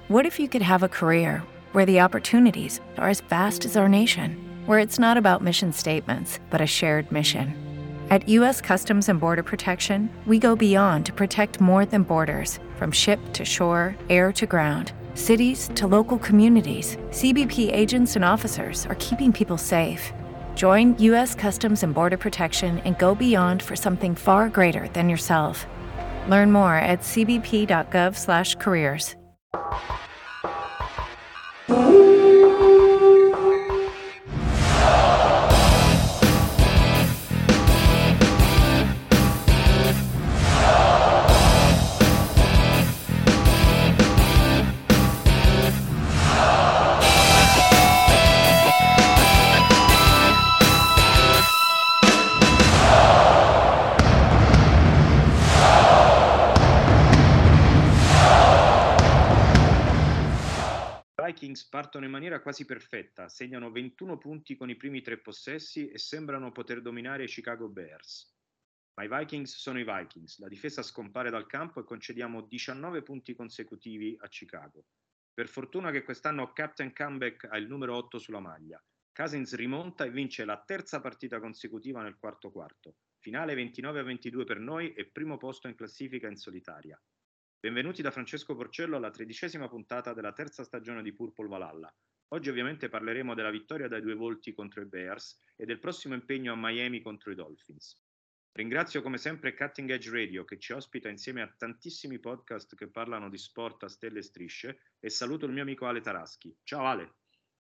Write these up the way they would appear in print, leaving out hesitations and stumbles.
What if you could have a career where the opportunities are as vast as our nation, where it's not about mission statements, but a shared mission? At U.S. Customs and Border Protection, we go beyond to protect more than borders. From ship to shore, air to ground, cities to local communities, CBP agents and officers are keeping people safe. Join U.S. Customs and Border Protection and go beyond for something far greater than yourself. Learn more at cbp.gov/careers. I Vikings partono in maniera quasi perfetta, segnano 21 punti con i primi 3 possessi e sembrano poter dominare i Chicago Bears. Ma i Vikings sono i Vikings, la difesa scompare dal campo e concediamo 19 punti consecutivi a Chicago. Per fortuna che quest'anno Captain Comeback ha il numero 8 sulla maglia. Cousins rimonta e vince la terza partita consecutiva nel quarto quarto. Finale 29-22 per noi e primo posto in classifica in solitaria. Benvenuti da Francesco Porcello alla 13ª puntata della terza stagione di Purple Valhalla. Oggi ovviamente parleremo della vittoria dai due volti contro i Bears e del prossimo impegno a Miami contro i Dolphins. Ringrazio come sempre Cutting Edge Radio che ci ospita insieme a tantissimi podcast che parlano di sport a stelle e strisce e saluto il mio amico Ale Taraschi. Ciao Ale!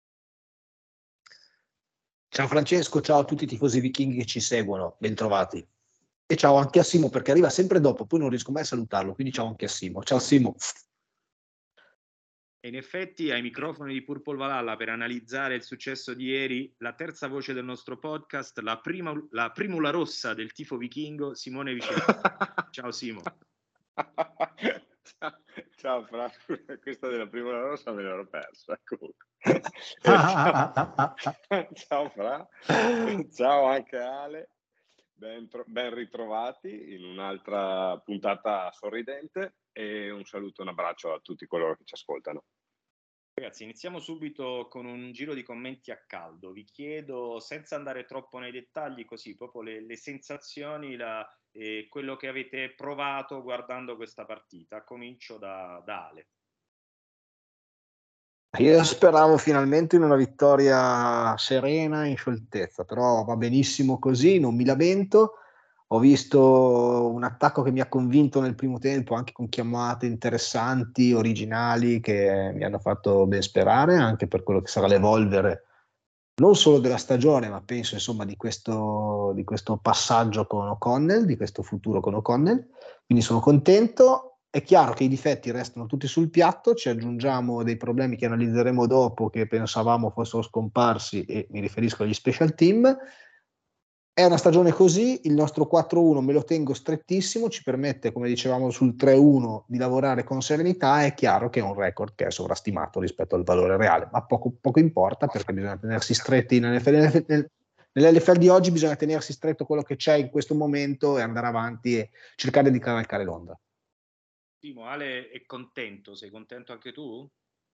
Ciao Francesco, ciao a tutti i tifosi vichinghi che ci seguono, bentrovati. E ciao anche a Simo perché arriva sempre dopo, poi non riesco mai a salutarlo, quindi ciao anche a Simo. Ciao Simo. E in effetti ai microfoni di Purple Valhalla per analizzare il successo di ieri, la terza voce del nostro podcast, la primula rossa del tifo vichingo, Simone Vicente. Ciao Simo. Ciao Fra, questa della primula rossa me l'ero persa comunque. Ciao Fra, ciao anche Ale. Ben ritrovati in un'altra puntata sorridente e un saluto e un abbraccio a tutti coloro che ci ascoltano. Ragazzi, iniziamo subito con un giro di commenti a caldo. Vi chiedo, senza andare troppo nei dettagli, così proprio le sensazioni, quello che avete provato guardando questa partita. Comincio da Ale. Io speravo finalmente in una vittoria serena in scioltezza, però va benissimo così, non mi lamento. Ho visto un attacco che mi ha convinto nel primo tempo, anche con chiamate interessanti, originali, che mi hanno fatto ben sperare, anche per quello che sarà l'evolvere non solo della stagione, ma penso insomma di questo passaggio con O'Connell, di questo futuro con O'Connell. Quindi sono contento. È chiaro che i difetti restano tutti sul piatto, ci aggiungiamo dei problemi che analizzeremo dopo, che pensavamo fossero scomparsi, e mi riferisco agli special team. È una stagione così, il nostro 4-1 me lo tengo strettissimo, ci permette, come dicevamo sul 3-1, di lavorare con serenità. È chiaro che è un record che è sovrastimato rispetto al valore reale, ma poco importa, perché bisogna tenersi stretti nell'NFL di oggi, bisogna tenersi stretto quello che c'è in questo momento e andare avanti e cercare di cavalcare l'onda. Simo, Ale è contento, sei contento anche tu?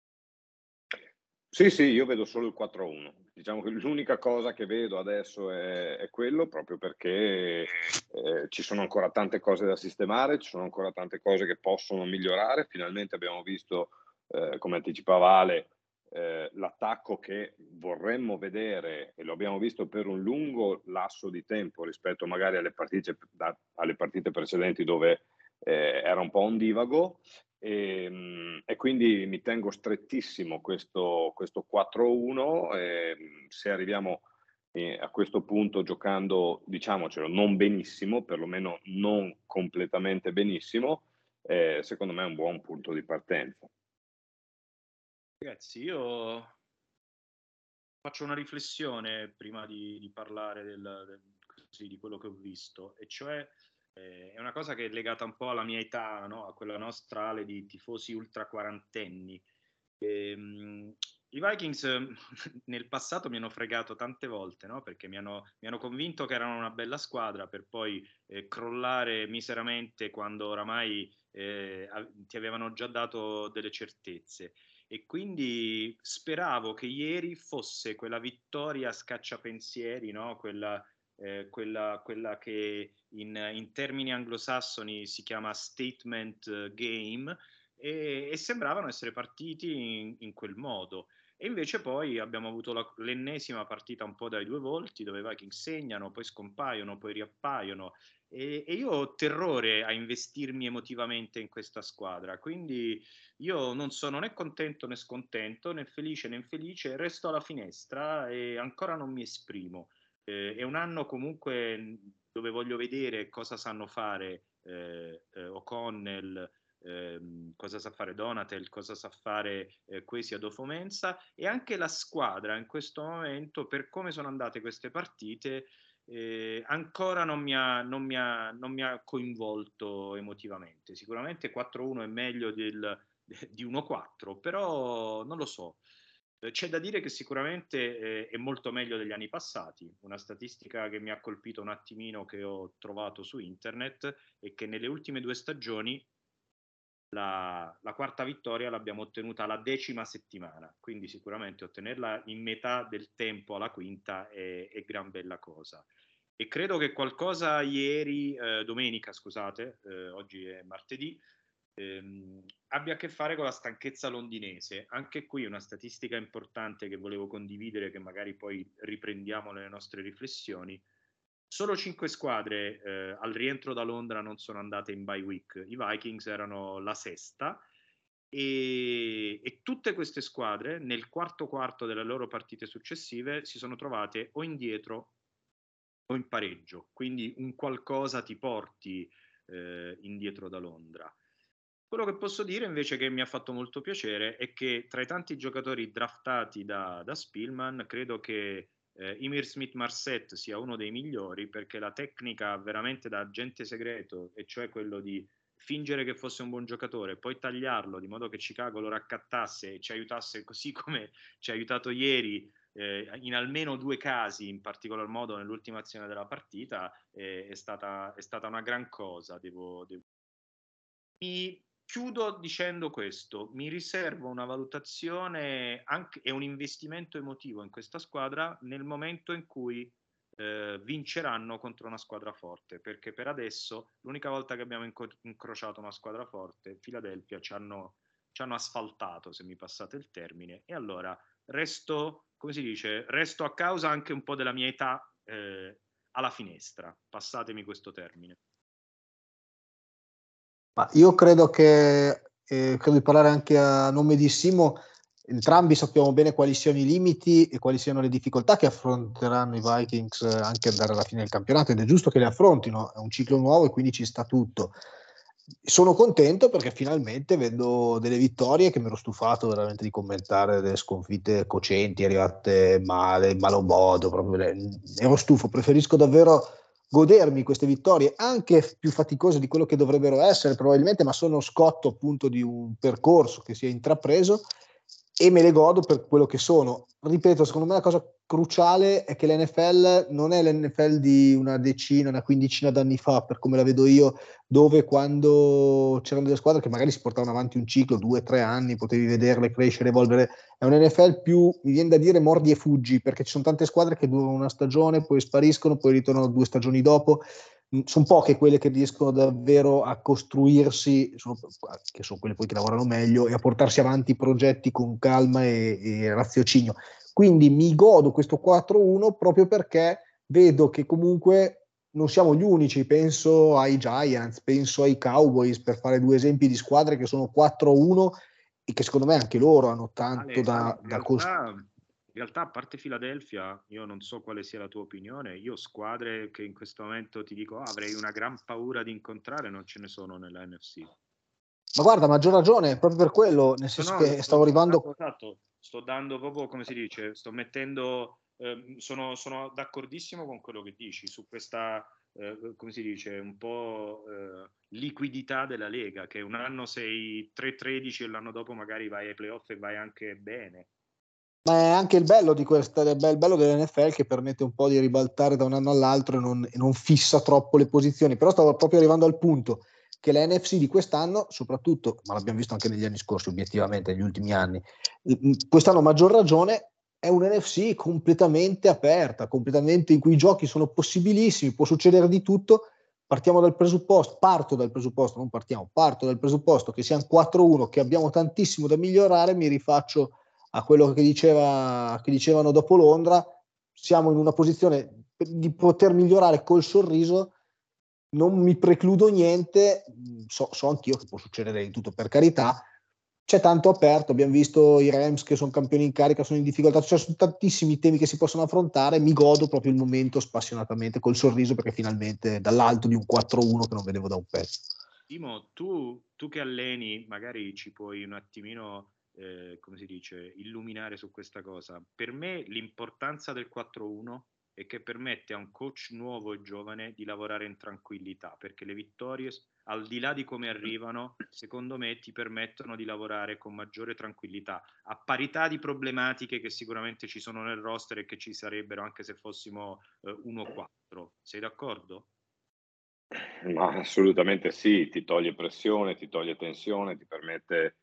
Sì, io vedo solo il 4-1. Diciamo che l'unica cosa che vedo adesso è quello, proprio perché ci sono ancora tante cose da sistemare, ci sono ancora tante cose che possono migliorare. Finalmente abbiamo visto, come anticipava Ale, l'attacco che vorremmo vedere, e lo abbiamo visto per un lungo lasso di tempo rispetto magari alle partite precedenti dove era un po' ondivago. E quindi mi tengo strettissimo questo 4-1. Se arriviamo a questo punto giocando, diciamocelo, non benissimo, perlomeno non completamente benissimo, secondo me è un buon punto di partenza. Ragazzi, io faccio una riflessione prima di parlare di quello che ho visto, e cioè è una cosa che è legata un po' alla mia età, no? A quella nostra Ale di tifosi ultra quarantenni. I Vikings nel passato mi hanno fregato tante volte, no? Perché mi hanno convinto che erano una bella squadra per poi crollare miseramente quando oramai ti avevano già dato delle certezze. E quindi speravo che ieri fosse quella vittoria scacciapensieri, no? Quella che in termini anglosassoni si chiama statement game, e sembravano essere partiti in quel modo. E invece poi abbiamo avuto l'ennesima partita un po' dai due volti, dove i Vikings segnano, poi scompaiono, poi riappaiono, e io ho terrore a investirmi emotivamente in questa squadra, quindi io non sono né contento né scontento, né felice né infelice, resto alla finestra e ancora non mi esprimo. È un anno comunque dove voglio vedere cosa sanno fare O'Connell, cosa sa fare Donatel, cosa sa fare Kwesi Adofo-Mensah, e anche la squadra in questo momento, per come sono andate queste partite, ancora non mi ha coinvolto emotivamente. Sicuramente 4-1 è meglio di 1-4, però non lo so. C'è da dire che sicuramente è molto meglio degli anni passati. Una statistica che mi ha colpito un attimino, che ho trovato su internet, è che nelle ultime 2 stagioni la quarta vittoria l'abbiamo ottenuta alla 10ª settimana, quindi sicuramente ottenerla in metà del tempo alla quinta è gran bella cosa. E credo che qualcosa ieri, domenica scusate, oggi è martedì, abbia a che fare con la stanchezza londinese. Anche qui una statistica importante che volevo condividere, che magari poi riprendiamo nelle nostre riflessioni. Solo 5 squadre al rientro da Londra non sono andate in bye week. I Vikings erano la sesta, e tutte queste squadre nel quarto delle loro partite successive si sono trovate o indietro o in pareggio, quindi un qualcosa ti porti indietro da Londra. Quello che posso dire invece, che mi ha fatto molto piacere, è che tra i tanti giocatori draftati da Spielman, credo che Ihmir Smith-Marsette sia uno dei migliori, perché la tecnica veramente da agente segreto, e cioè quello di fingere che fosse un buon giocatore, poi tagliarlo di modo che Chicago lo raccattasse e ci aiutasse, così come ci ha aiutato ieri in almeno 2 casi, in particolar modo nell'ultima azione della partita, è stata una gran cosa. Mi chiudo dicendo questo: mi riservo una valutazione anche, e un investimento emotivo in questa squadra nel momento in cui vinceranno contro una squadra forte, perché per adesso l'unica volta che abbiamo incrociato una squadra forte, Philadelphia, ci hanno asfaltato, se mi passate il termine, e allora resto, come si dice, resto a causa anche un po' della mia età alla finestra, passatemi questo termine. Ma io credo credo di parlare anche a nome di Simo. Entrambi sappiamo bene quali siano i limiti e quali siano le difficoltà che affronteranno i Vikings anche andare alla fine del campionato, ed è giusto che le affrontino, è un ciclo nuovo e quindi ci sta tutto. Sono contento perché finalmente vedo delle vittorie, che mi ero stufato veramente di commentare delle sconfitte cocenti, arrivate male, malo modo, proprio ero stufo. Preferisco davvero godermi queste vittorie, anche più faticose di quello che dovrebbero essere probabilmente, ma sono scotto appunto di un percorso che si è intrapreso, e me le godo per quello che sono. Ripeto, secondo me la cosa cruciale è che l'NFL non è l'NFL di una decina, una quindicina d'anni fa, per come la vedo io, dove quando c'erano delle squadre che magari si portavano avanti un ciclo, 2-3 anni, potevi vederle crescere, evolvere. È un NFL più, mi viene da dire, mordi e fuggi, perché ci sono tante squadre che durano una stagione, poi spariscono, poi ritornano 2 stagioni dopo. Sono poche quelle che riescono davvero a costruirsi, che sono quelle poi che lavorano meglio, e a portarsi avanti i progetti con calma e raziocinio. Quindi mi godo questo 4-1 proprio perché vedo che comunque non siamo gli unici. Penso ai Giants, penso ai Cowboys, per fare 2 esempi di squadre che sono 4-1 e che secondo me anche loro hanno tanto da costruire. In realtà, a parte Philadelphia, io non so quale sia la tua opinione, io squadre che in questo momento ti dico avrei una gran paura di incontrare non ce ne sono nella NFC. Ma guarda, maggior ragione, proprio per quello, nel senso che stavo arrivando... Esatto, sto dando proprio, come si dice, sto mettendo... sono d'accordissimo con quello che dici su questa, come si dice, un po' liquidità della Lega, che un anno sei 3-13 e l'anno dopo magari vai ai playoff e vai anche bene. Ma è anche il bello di questa, il bello dell'NFL, che permette un po' di ribaltare da un anno all'altro e non fissa troppo le posizioni. Però stavo proprio arrivando al punto che la NFC di quest'anno, soprattutto, ma l'abbiamo visto anche negli anni scorsi, obiettivamente, negli ultimi anni, quest'anno a maggior ragione è un NFC completamente aperta, completamente in cui i giochi sono possibilissimi, può succedere di tutto. Parto dal presupposto che siamo 4-1, che abbiamo tantissimo da migliorare. Mi rifaccio a quello che dicevano dopo Londra: siamo in una posizione di poter migliorare col sorriso, non mi precludo niente, so anch'io che può succedere di tutto, per carità. C'è tanto aperto, abbiamo visto i Rams che sono campioni in carica, sono in difficoltà, ci sono tantissimi temi che si possono affrontare. Mi godo proprio il momento spassionatamente, col sorriso, perché finalmente dall'alto di un 4-1 che non vedevo da un pezzo. Timo, tu che alleni, magari ci puoi un attimino, come si dice, illuminare su questa cosa. Per me l'importanza del 4-1 è che permette a un coach nuovo e giovane di lavorare in tranquillità, perché le vittorie, al di là di come arrivano, secondo me ti permettono di lavorare con maggiore tranquillità, a parità di problematiche che sicuramente ci sono nel roster e che ci sarebbero anche se fossimo 1-4. Sei d'accordo? Ma assolutamente sì, ti toglie pressione, ti toglie tensione, ti permette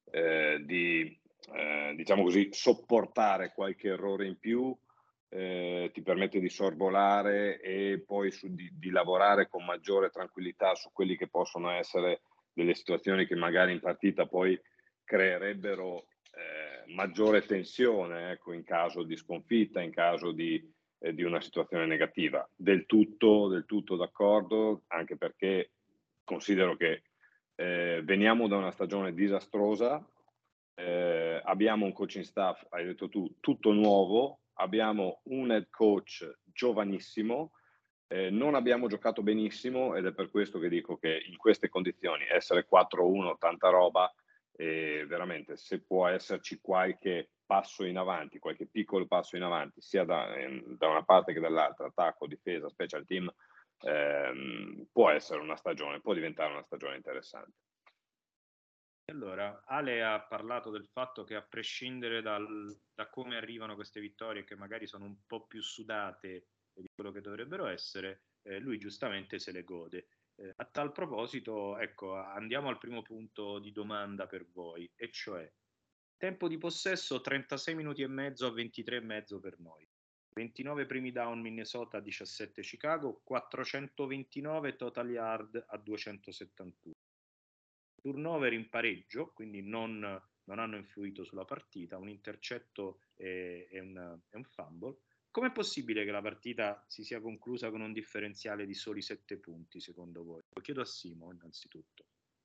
di, diciamo così, sopportare qualche errore in più, ti permette di sorvolare e poi di lavorare con maggiore tranquillità su quelli che possono essere delle situazioni che magari in partita poi creerebbero maggiore tensione, ecco, in caso di sconfitta, in caso di una situazione negativa. Del tutto d'accordo, anche perché considero che veniamo da una stagione disastrosa, abbiamo un coaching staff, hai detto tu, tutto nuovo, abbiamo un head coach giovanissimo, non abbiamo giocato benissimo, ed è per questo che dico che in queste condizioni essere 4-1, tanta roba, e veramente se può esserci qualche passo in avanti, qualche piccolo passo in avanti, sia da una parte che dall'altra, attacco, difesa, special team, può essere una stagione, può diventare una stagione interessante. Allora, Ale ha parlato del fatto che a prescindere da come arrivano queste vittorie, che magari sono un po' più sudate di quello che dovrebbero essere, lui giustamente se le gode. A tal proposito, ecco, andiamo al primo punto di domanda per voi, e cioè tempo di possesso 36 minuti e mezzo a 23 e mezzo per noi. 29 primi down Minnesota, 17 Chicago, 429 total yard a 271. Turnover in pareggio, quindi non hanno influito sulla partita, un intercetto e un fumble. Com'è possibile che la partita si sia conclusa con un differenziale di soli 7 punti, secondo voi? Lo chiedo a Simo, innanzitutto.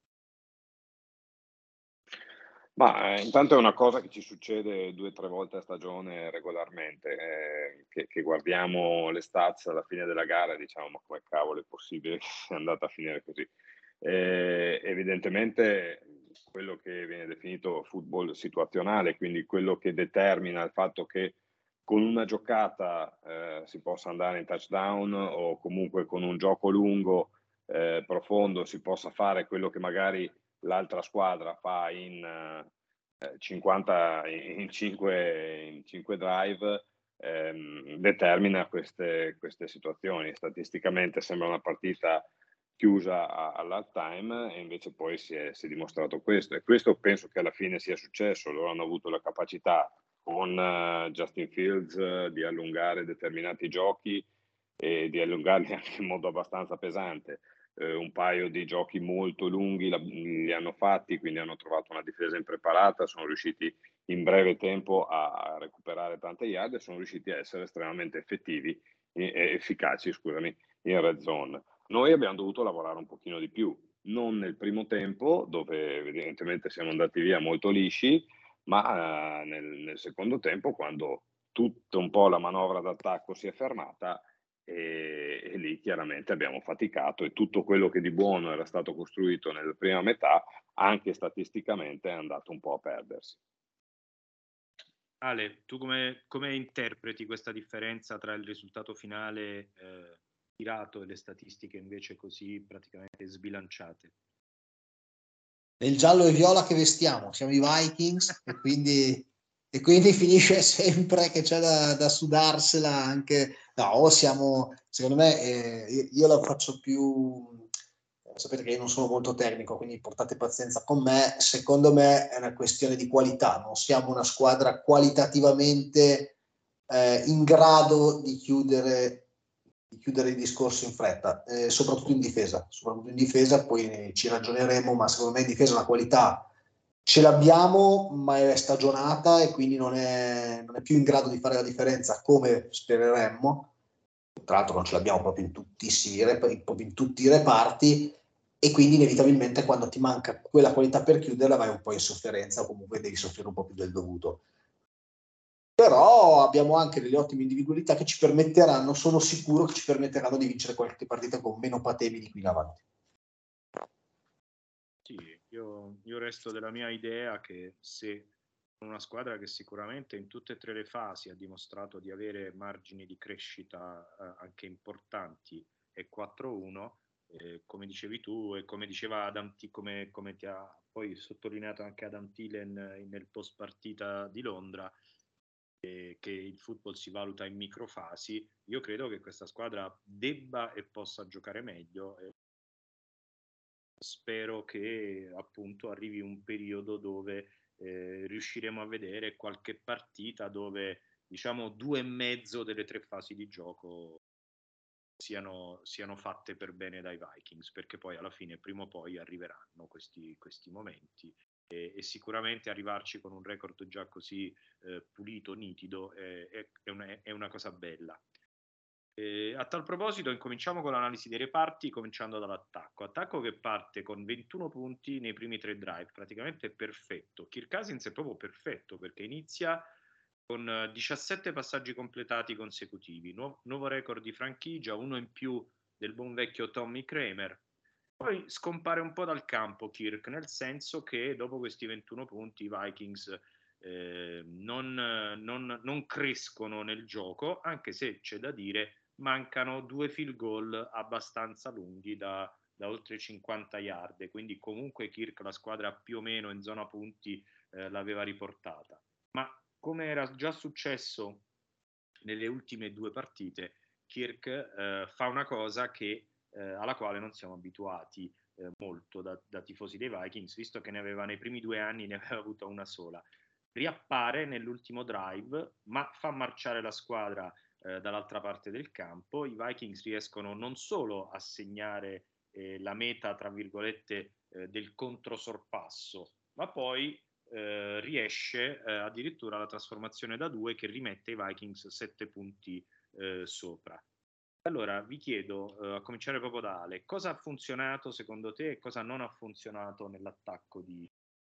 Ma intanto è una cosa che ci succede 2 o 3 volte a stagione regolarmente, che guardiamo le stats alla fine della gara e diciamo: "Ma come cavolo è possibile che sia andata a finire così?" Evidentemente quello che viene definito football situazionale, quindi quello che determina il fatto che con una giocata si possa andare in touchdown, o comunque con un gioco lungo, profondo, si possa fare quello che magari l'altra squadra fa in 50 in 5 drive, determina queste situazioni. Statisticamente sembra una partita chiusa all'halftime, e invece poi si è dimostrato questo, e questo penso che alla fine sia successo. Loro hanno avuto la capacità con Justin Fields di allungare determinati giochi e di allungarli anche in modo abbastanza pesante. Un paio di giochi molto lunghi li hanno fatti, quindi hanno trovato una difesa impreparata, sono riusciti in breve tempo a recuperare tante yard e sono riusciti a essere estremamente effettivi e efficaci, scusami, in red zone. Noi abbiamo dovuto lavorare un pochino di più, non nel primo tempo, dove evidentemente siamo andati via molto lisci, ma nel secondo tempo, quando tutta un po' la manovra d'attacco si è fermata, e lì chiaramente abbiamo faticato, e tutto quello che di buono era stato costruito nella prima metà, anche statisticamente, è andato un po' a perdersi. Ale, tu come interpreti questa differenza tra il risultato finale tirato e le statistiche invece così praticamente sbilanciate? È il giallo e viola che vestiamo, siamo i Vikings, e quindi e quindi finisce sempre che c'è da sudarsela anche. No, o siamo, secondo me, io la faccio più. Sapete che io non sono molto tecnico, quindi portate pazienza con me. Secondo me è una questione di qualità, non siamo una squadra qualitativamente in grado di chiudere il discorso in fretta, soprattutto in difesa, poi ci ragioneremo, ma secondo me in difesa la qualità ce l'abbiamo, ma è stagionata e quindi non è più in grado di fare la differenza come spereremmo. Tra l'altro non ce l'abbiamo proprio proprio in tutti i reparti, e quindi inevitabilmente quando ti manca quella qualità per chiuderla vai un po' in sofferenza, o comunque devi soffrire un po' più del dovuto. Però abbiamo anche delle ottime individualità che ci permetteranno, sono sicuro che ci permetteranno di vincere qualche partita con meno patemi di qui in avanti. Sì, io resto della mia idea che se una squadra che sicuramente in tutte e tre le fasi ha dimostrato di avere margini di crescita anche importanti, è 4-1, come dicevi tu e come diceva Adam, come ti ha poi sottolineato anche Adam Thielen nel post partita di Londra, che il football si valuta in microfasi. Io credo che questa squadra debba e possa giocare meglio. Spero che appunto arrivi un periodo dove riusciremo a vedere qualche partita dove diciamo 2,5 delle 3 fasi di gioco siano fatte per bene dai Vikings, perché poi alla fine prima o poi arriveranno questi momenti e sicuramente arrivarci con un record già così pulito, nitido è una cosa bella. A tal proposito incominciamo con l'analisi dei reparti, cominciando dall'attacco. Attacco che parte con 21 punti nei primi 3 drive, praticamente perfetto. Kirk Cousins è proprio perfetto perché inizia con 17 passaggi completati consecutivi, nuovo record di franchigia, uno in più del buon vecchio Tommy Kramer. Poi scompare un po' dal campo Kirk, nel senso che dopo questi 21 punti i Vikings non crescono nel gioco, anche se c'è da dire mancano 2 field goal abbastanza lunghi da oltre 50 yard, quindi comunque Kirk la squadra più o meno in zona punti l'aveva riportata. Ma come era già successo nelle ultime 2 partite, Kirk fa una cosa alla quale non siamo abituati molto da tifosi dei Vikings, visto che ne aveva nei primi 2 anni, ne aveva avuta una sola. Riappare nell'ultimo drive, ma fa marciare la squadra dall'altra parte del campo. I Vikings riescono non solo a segnare la meta, tra virgolette, del controsorpasso, ma poi riesce addirittura la trasformazione da 2 che rimette i Vikings 7 punti sopra. Allora vi chiedo, a cominciare proprio da Ale, cosa ha funzionato secondo te e cosa non ha funzionato nell'attacco di...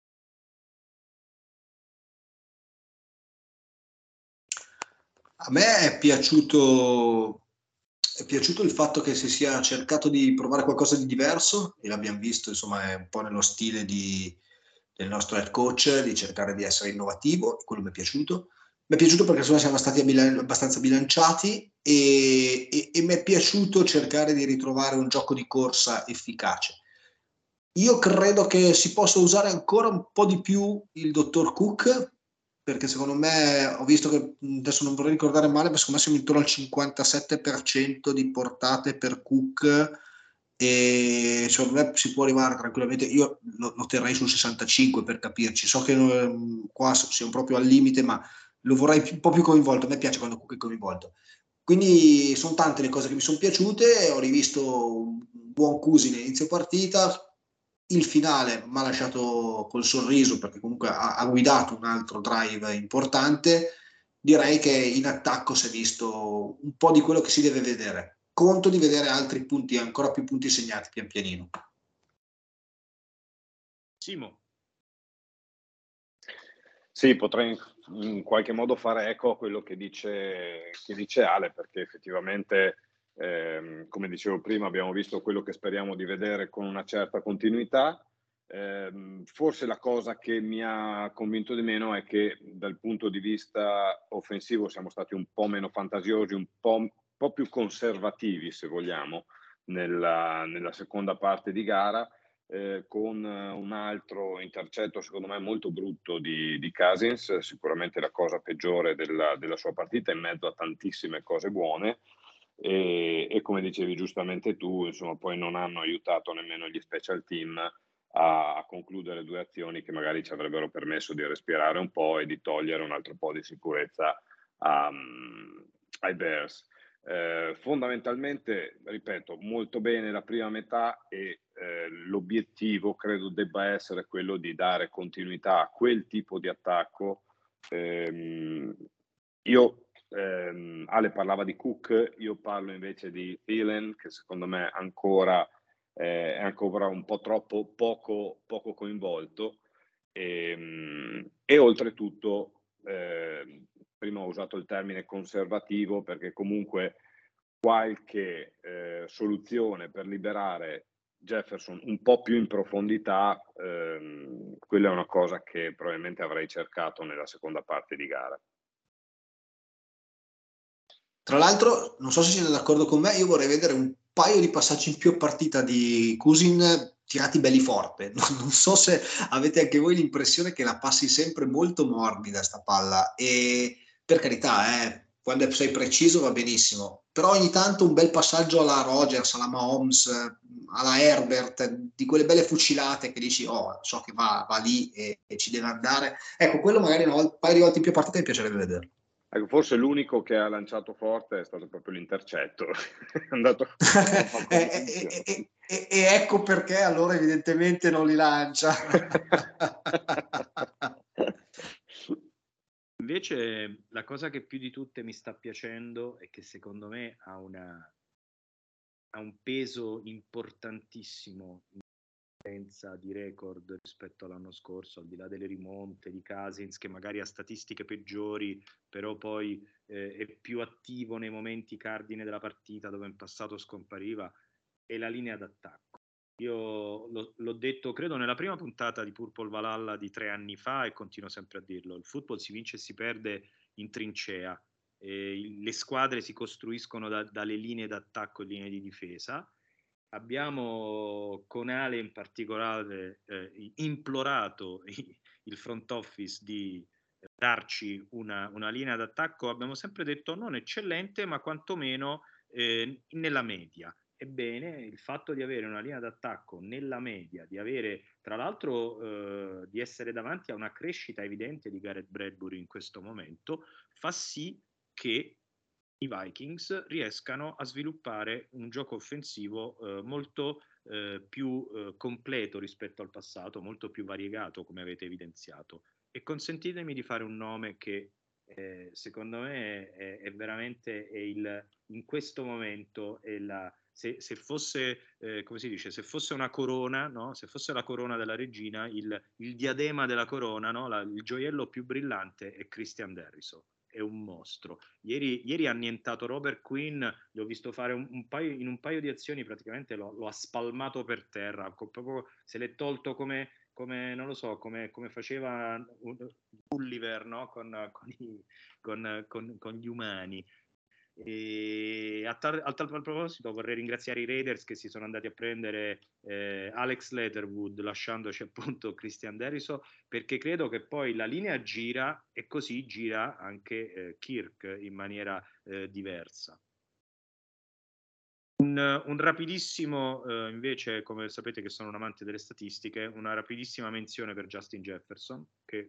A me è piaciuto il fatto che si sia cercato di provare qualcosa di diverso, e l'abbiamo visto, insomma, è un po' nello stile del nostro head coach, di cercare di essere innovativo, e quello mi è piaciuto. Mi è piaciuto perché insomma siamo stati abbastanza bilanciati, e mi è piaciuto cercare di ritrovare un gioco di corsa efficace. Io credo che si possa usare ancora un po' di più il dottor Cook, perché secondo me, ho visto che, adesso non vorrei ricordare male, ma secondo me siamo intorno al 57% di portate per Cook, e secondo me si può arrivare tranquillamente, io lo terrei sul 65 per capirci, so che qua siamo proprio al limite, ma lo vorrei un po' più coinvolto, a me piace quando Cook è coinvolto. Quindi sono tante le cose che mi sono piaciute, ho rivisto un buon Cousin all'inizio partita, il finale mi ha lasciato col sorriso perché comunque ha guidato un altro drive importante. Direi che in attacco si è visto un po' di quello che si deve vedere. Conto di vedere altri punti, ancora più punti segnati pian pianino. Simo. Sì, potrei in qualche modo fare eco a quello che dice Ale, perché effettivamente, come dicevo prima, abbiamo visto quello che speriamo di vedere con una certa continuità. Forse la cosa che mi ha convinto di meno è che dal punto di vista offensivo siamo stati un po' meno fantasiosi, un po' più conservativi, se vogliamo, nella seconda parte di gara. con un altro intercetto secondo me molto brutto di Cousins, sicuramente la cosa peggiore della sua partita in mezzo a tantissime cose buone. E come dicevi giustamente tu, insomma, poi non hanno aiutato nemmeno gli special team a concludere 2 azioni che magari ci avrebbero permesso di respirare un po' e di togliere un altro po' di sicurezza ai Bears. Fondamentalmente, ripeto, molto bene la prima metà e l'obiettivo credo debba essere quello di dare continuità a quel tipo di attacco. Ale parlava di Cook, io parlo invece di Thielen, che secondo me è ancora un po' troppo poco coinvolto e oltretutto prima ho usato il termine conservativo perché comunque qualche soluzione per liberare Jefferson un po' più in profondità, quella è una cosa che probabilmente avrei cercato nella seconda parte di gara. Tra l'altro, non so se siete d'accordo con me, io vorrei vedere un paio di passaggi in più a partita di Cousin tirati belli forte. Non so se avete anche voi l'impressione che la passi sempre molto morbida sta palla e per carità, quando sei preciso va benissimo, però ogni tanto un bel passaggio alla Rodgers, alla Mahomes, alla Herbert, di quelle belle fucilate che dici, oh, so che va lì e ci deve andare. Ecco, quello magari un paio di volte in più a partita mi piacerebbe vederlo. Ecco, forse l'unico che ha lanciato forte è stato proprio l'intercetto. È andato e ecco perché allora evidentemente non li lancia. Invece la cosa che più di tutte mi sta piacendo e che secondo me ha un peso importantissimo in differenza di record rispetto all'anno scorso, al di là delle rimonte di Cousins che magari ha statistiche peggiori, però poi è più attivo nei momenti cardine della partita dove in passato scompariva, è la linea d'attacco. Io l'ho detto, credo, nella prima puntata di Purple Valhalla di 3 anni fa e continuo sempre a dirlo, il football si vince e si perde in trincea. Le squadre si costruiscono dalle linee d'attacco e linee di difesa. Abbiamo con Ale in particolare implorato il front office di darci una linea d'attacco, abbiamo sempre detto non eccellente, ma quantomeno nella media. Ebbene, il fatto di avere una linea d'attacco nella media, di avere tra l'altro di essere davanti a una crescita evidente di Garrett Bradbury in questo momento, fa sì che i Vikings riescano a sviluppare un gioco offensivo molto più completo rispetto al passato, molto più variegato, come avete evidenziato. E consentitemi di fare un nome che secondo me è veramente in questo momento se fosse come si dice, se fosse una corona, no? Se fosse la corona della regina, il diadema della corona, no? Il gioiello più brillante è Christian Darrisaw. È un mostro. Ieri ha annientato Robert Quinn, gli ho visto fare in un paio di azioni, praticamente lo ha spalmato per terra, proprio se l'è tolto come non lo so, come faceva Gulliver, no? con gli umani. E a tal proposito vorrei ringraziare i Raiders che si sono andati a prendere Alex Leatherwood lasciandoci appunto Christian Darrisaw, perché credo che poi la linea gira e così gira anche Kirk in maniera diversa. Un rapidissimo invece, come sapete che sono un amante delle statistiche, una rapidissima menzione per Justin Jefferson che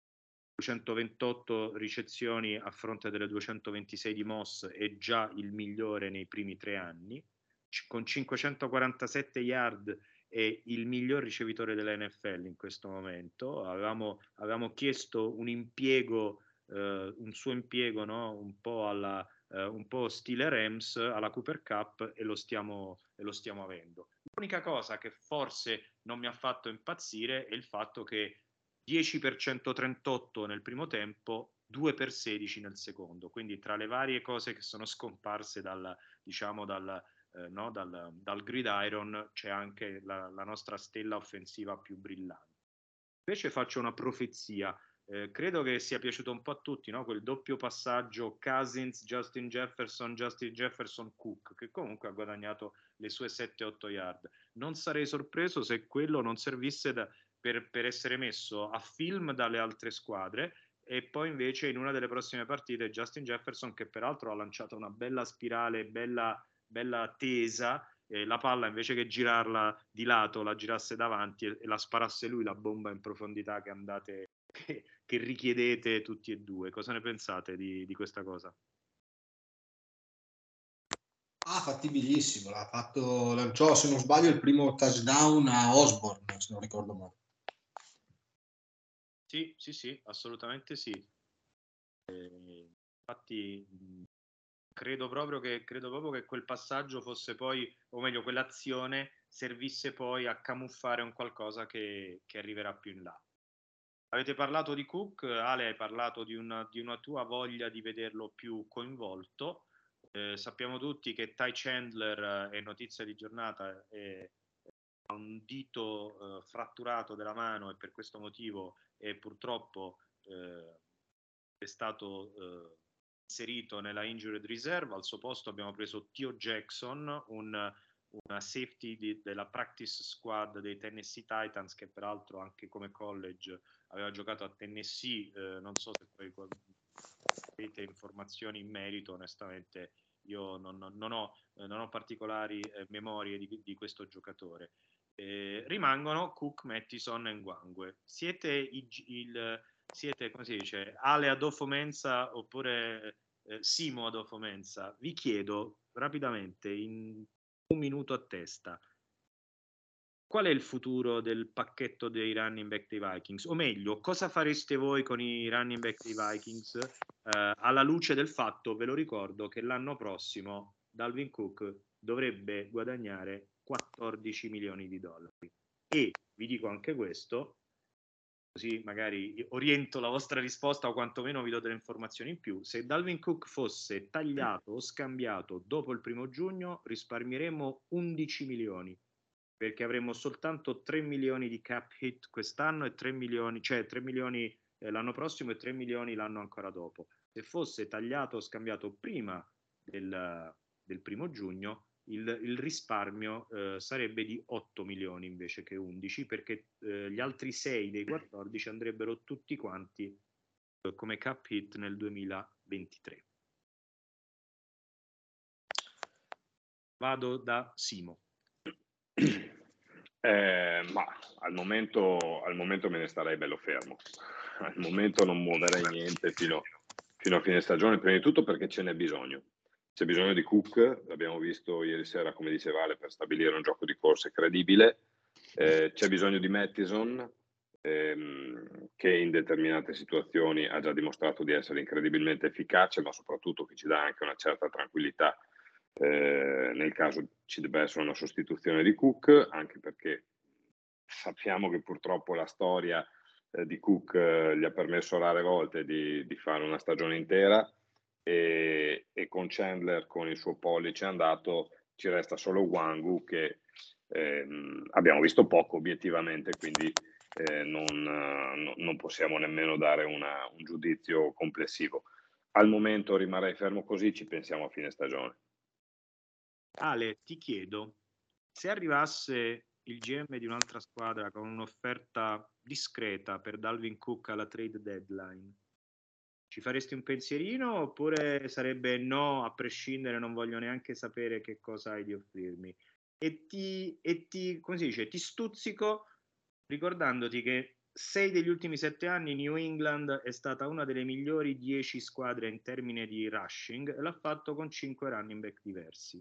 228 ricezioni a fronte delle 226 di Moss è già il migliore nei primi 3 anni, con 547 yard è il miglior ricevitore della NFL in questo momento. Avevamo chiesto un impiego, un suo impiego, no? un po' stile Rams alla Cooper Cup e lo stiamo avendo. L'unica cosa che forse non mi ha fatto impazzire è il fatto che 10 per 138 nel primo tempo, 2 per 16 nel secondo, quindi tra le varie cose che sono scomparse dal gridiron c'è anche la nostra stella offensiva più brillante. Invece faccio una profezia, Credo che sia piaciuto un po' a tutti, no? Quel doppio passaggio Cousins, Justin Jefferson, Cook, che comunque ha guadagnato le sue 7-8 yard. Non sarei sorpreso se quello non servisse per essere messo a film dalle altre squadre, e poi invece in una delle prossime partite Justin Jefferson, che peraltro ha lanciato una bella spirale, bella tesa, la palla invece che girarla di lato la girasse davanti e la sparasse lui la bomba in profondità che richiedete tutti e due. Cosa ne pensate di questa cosa? Fattibilissimo, lanciò se non sbaglio il primo touchdown a Osborne, se non ricordo male. Sì, assolutamente sì. Infatti credo proprio che quel passaggio fosse poi, o meglio quell'azione servisse poi a camuffare un qualcosa che arriverà più in là. Avete parlato di Cook, Ale, hai parlato di una tua voglia di vederlo più coinvolto. Sappiamo tutti che Ty Chandler, è notizia di giornata, ha un dito fratturato della mano, e per questo motivo purtroppo è stato inserito nella injured reserve. Al suo posto abbiamo preso Theo Jackson, una safety della practice squad dei Tennessee Titans, che peraltro anche come college aveva giocato a Tennessee. Non so se poi avete informazioni in merito, onestamente io non ho particolari memorie di questo giocatore. Rimangono Cook, Mattison e Ngwangue. Siete come si dice, Ale Adolfo Mensa oppure Simo Adolfo Mensa? Vi chiedo rapidamente, in un minuto a testa, qual è il futuro del pacchetto dei running back dei Vikings? O meglio, cosa fareste voi con i running back dei Vikings alla luce del fatto, ve lo ricordo, che l'anno prossimo Dalvin Cook dovrebbe guadagnare 14 milioni di dollari. E vi dico anche questo, così magari oriento la vostra risposta o quantomeno vi do delle informazioni in più: se Dalvin Cook fosse tagliato o scambiato dopo il 1 giugno risparmieremmo 11 milioni, perché avremmo soltanto 3 milioni di cap hit quest'anno e 3 milioni l'anno prossimo e 3 milioni l'anno ancora dopo. Se fosse tagliato o scambiato prima del 1 giugno, il risparmio sarebbe di 8 milioni invece che 11, perché gli altri 6 dei 14 andrebbero tutti quanti come cap hit nel 2023. Vado da Simo. Ma al momento me ne starei bello fermo. Al momento non muoverei niente fino a fine stagione, prima di tutto perché ce n'è bisogno. C'è bisogno di Cook, l'abbiamo visto ieri sera, come diceva Ale, per stabilire un gioco di corse credibile. C'è bisogno di Mattison, che in determinate situazioni ha già dimostrato di essere incredibilmente efficace, ma soprattutto che ci dà anche una certa tranquillità nel caso ci debba essere una sostituzione di Cook, anche perché sappiamo che purtroppo la storia di Cook gli ha permesso rare volte di fare una stagione intera, e con Chandler, con il suo pollice andato, ci resta solo Wangu, che abbiamo visto poco obiettivamente, quindi non possiamo nemmeno dare un giudizio complessivo. Al momento rimarrei fermo così, ci pensiamo a fine stagione. Ale, ti chiedo, se arrivasse il GM di un'altra squadra con un'offerta discreta per Dalvin Cook alla trade deadline, ci faresti un pensierino oppure sarebbe no, a prescindere, non voglio neanche sapere che cosa hai di offrirmi? E come si dice, ti stuzzico ricordandoti che 6 degli ultimi 7 anni New England è stata una delle migliori 10 squadre in termini di rushing, e l'ha fatto con 5 running back diversi.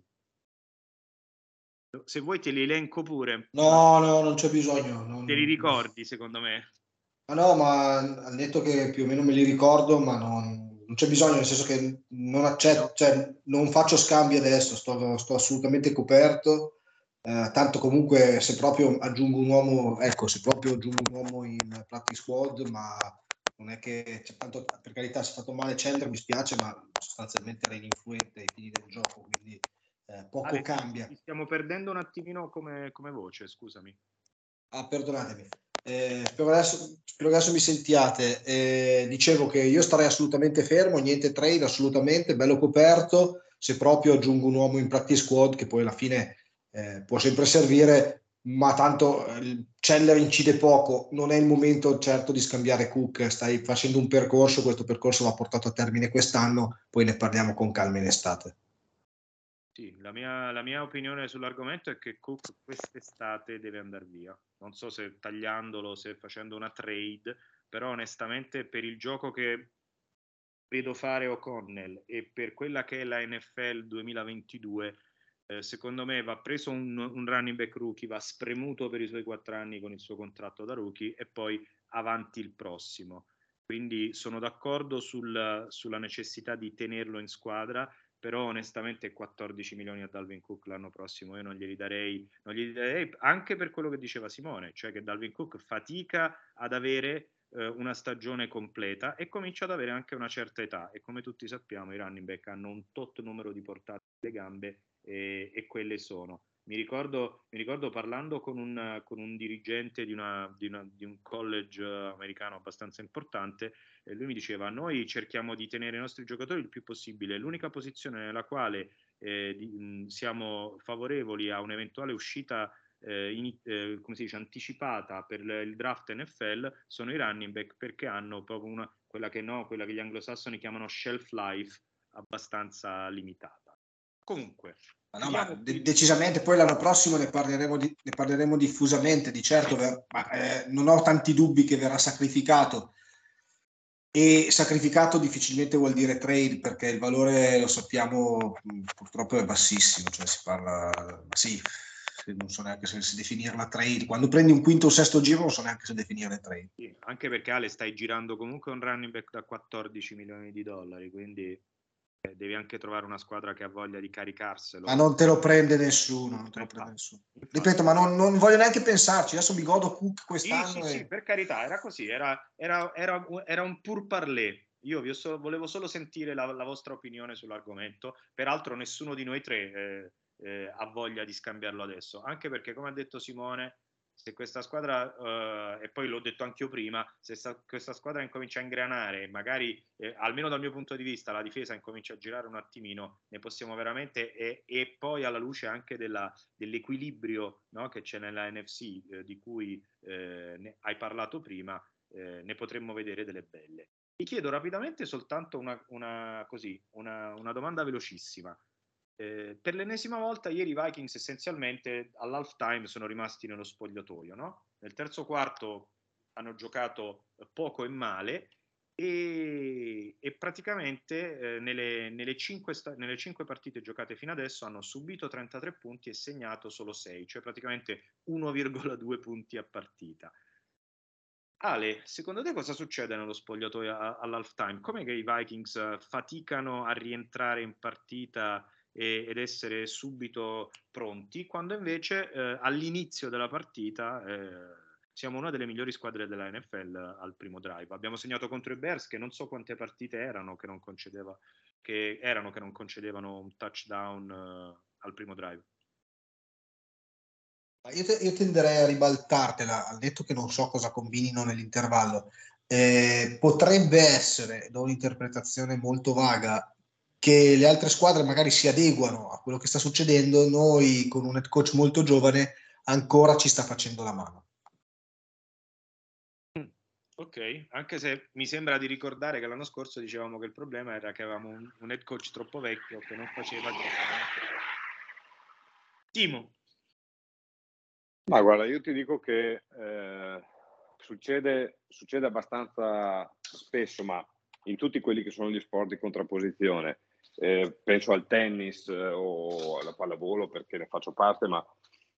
Se vuoi te li elenco pure. No, non c'è bisogno. Te li ricordi, secondo me? Ma al netto che più o meno me li ricordo, ma non c'è bisogno, nel senso che non accetto, cioè non faccio scambi adesso, sto assolutamente coperto. Tanto comunque se proprio aggiungo un uomo in practice squad, ma non è che tanto, per carità, si è fatto male Chandler, mi spiace, ma sostanzialmente era ininfluente ai fini del gioco, quindi poco Ale, cambia. ti stiamo perdendo un attimino come voce, scusami. Perdonatemi. spero che adesso mi sentiate. Dicevo che io starei assolutamente fermo, niente trade, assolutamente, bello coperto. Se proprio aggiungo un uomo in practice squad, che poi alla fine può sempre servire, ma tanto Celler incide poco, non è il momento certo di scambiare Cook, stai facendo un percorso, questo percorso va portato a termine quest'anno, poi ne parliamo con calma in estate. Sì, la mia opinione sull'argomento è che Cook quest'estate deve andare via. Non so se tagliandolo, se facendo una trade, però onestamente per il gioco che vedo fare O'Connell e per quella che è la NFL 2022, secondo me va preso un running back rookie, va spremuto per i suoi 4 anni con il suo contratto da rookie e poi avanti il prossimo. Quindi sono d'accordo sulla necessità di tenerlo in squadra, però onestamente 14 milioni a Dalvin Cook l'anno prossimo io non glieli darei anche per quello che diceva Simone, cioè che Dalvin Cook fatica ad avere una stagione completa e comincia ad avere anche una certa età e come tutti sappiamo i running back hanno un tot numero di portate alle gambe e quelle sono. Mi ricordo parlando con un dirigente di un college americano abbastanza importante, e lui mi diceva: noi cerchiamo di tenere i nostri giocatori il più possibile, l'unica posizione nella quale siamo favorevoli a un'eventuale uscita come si dice, anticipata per il draft NFL sono i running back, perché hanno proprio quella che gli anglosassoni chiamano shelf life abbastanza limitata. Comunque, decisamente poi l'anno prossimo ne parleremo diffusamente, di certo, ma non ho tanti dubbi che verrà sacrificato, e sacrificato difficilmente vuol dire trade, perché il valore, lo sappiamo, purtroppo è bassissimo, cioè si parla, sì, non so neanche se definirla trade, quando prendi un quinto o sesto giro non so neanche se definire trade. Sì, anche perché Ale stai girando comunque un running back da 14 milioni di dollari, quindi devi anche trovare una squadra che ha voglia di caricarselo. Ma non te lo prende nessuno, non te lo prende nessuno. Ripeto, ma non voglio neanche pensarci, adesso mi godo Cook quest'anno. Sì, per carità, era così, era un pur parler. Io volevo solo sentire la vostra opinione sull'argomento, peraltro nessuno di noi tre ha voglia di scambiarlo adesso, anche perché come ha detto Simone, se questa squadra, e poi l'ho detto anche io prima, se questa squadra incomincia a ingranare, magari, almeno dal mio punto di vista, la difesa incomincia a girare un attimino, ne possiamo veramente, e poi alla luce anche dell'equilibrio, no, che c'è nella NFC, di cui hai parlato prima, ne potremmo vedere delle belle. Ti chiedo rapidamente soltanto una domanda velocissima. Per l'ennesima volta ieri i Vikings essenzialmente all'halftime sono rimasti nello spogliatoio, no? Nel terzo quarto hanno giocato poco e male e praticamente nelle 5 partite giocate fino adesso hanno subito 33 punti e segnato solo 6, cioè praticamente 1,2 punti a partita. Ale, secondo te cosa succede nello spogliatoio all'halftime? Com'è che i Vikings faticano a rientrare in partita ed essere subito pronti, quando invece all'inizio della partita siamo una delle migliori squadre della NFL al primo drive? Abbiamo segnato contro i Bears, che non so quante partite erano che non concedevano un touchdown al primo drive. Io tenderei a ribaltartela, al detto che non so cosa combinino nell'intervallo. Potrebbe essere, da un'interpretazione molto vaga, che le altre squadre magari si adeguano a quello che sta succedendo, noi con un head coach molto giovane ancora ci sta facendo la mano. Ok, anche se mi sembra di ricordare che l'anno scorso dicevamo che il problema era che avevamo un head coach troppo vecchio che non faceva Timo. Ma guarda, io ti dico che succede abbastanza spesso, ma in tutti quelli che sono gli sport di contrapposizione. Penso al tennis o alla pallavolo, perché ne faccio parte, ma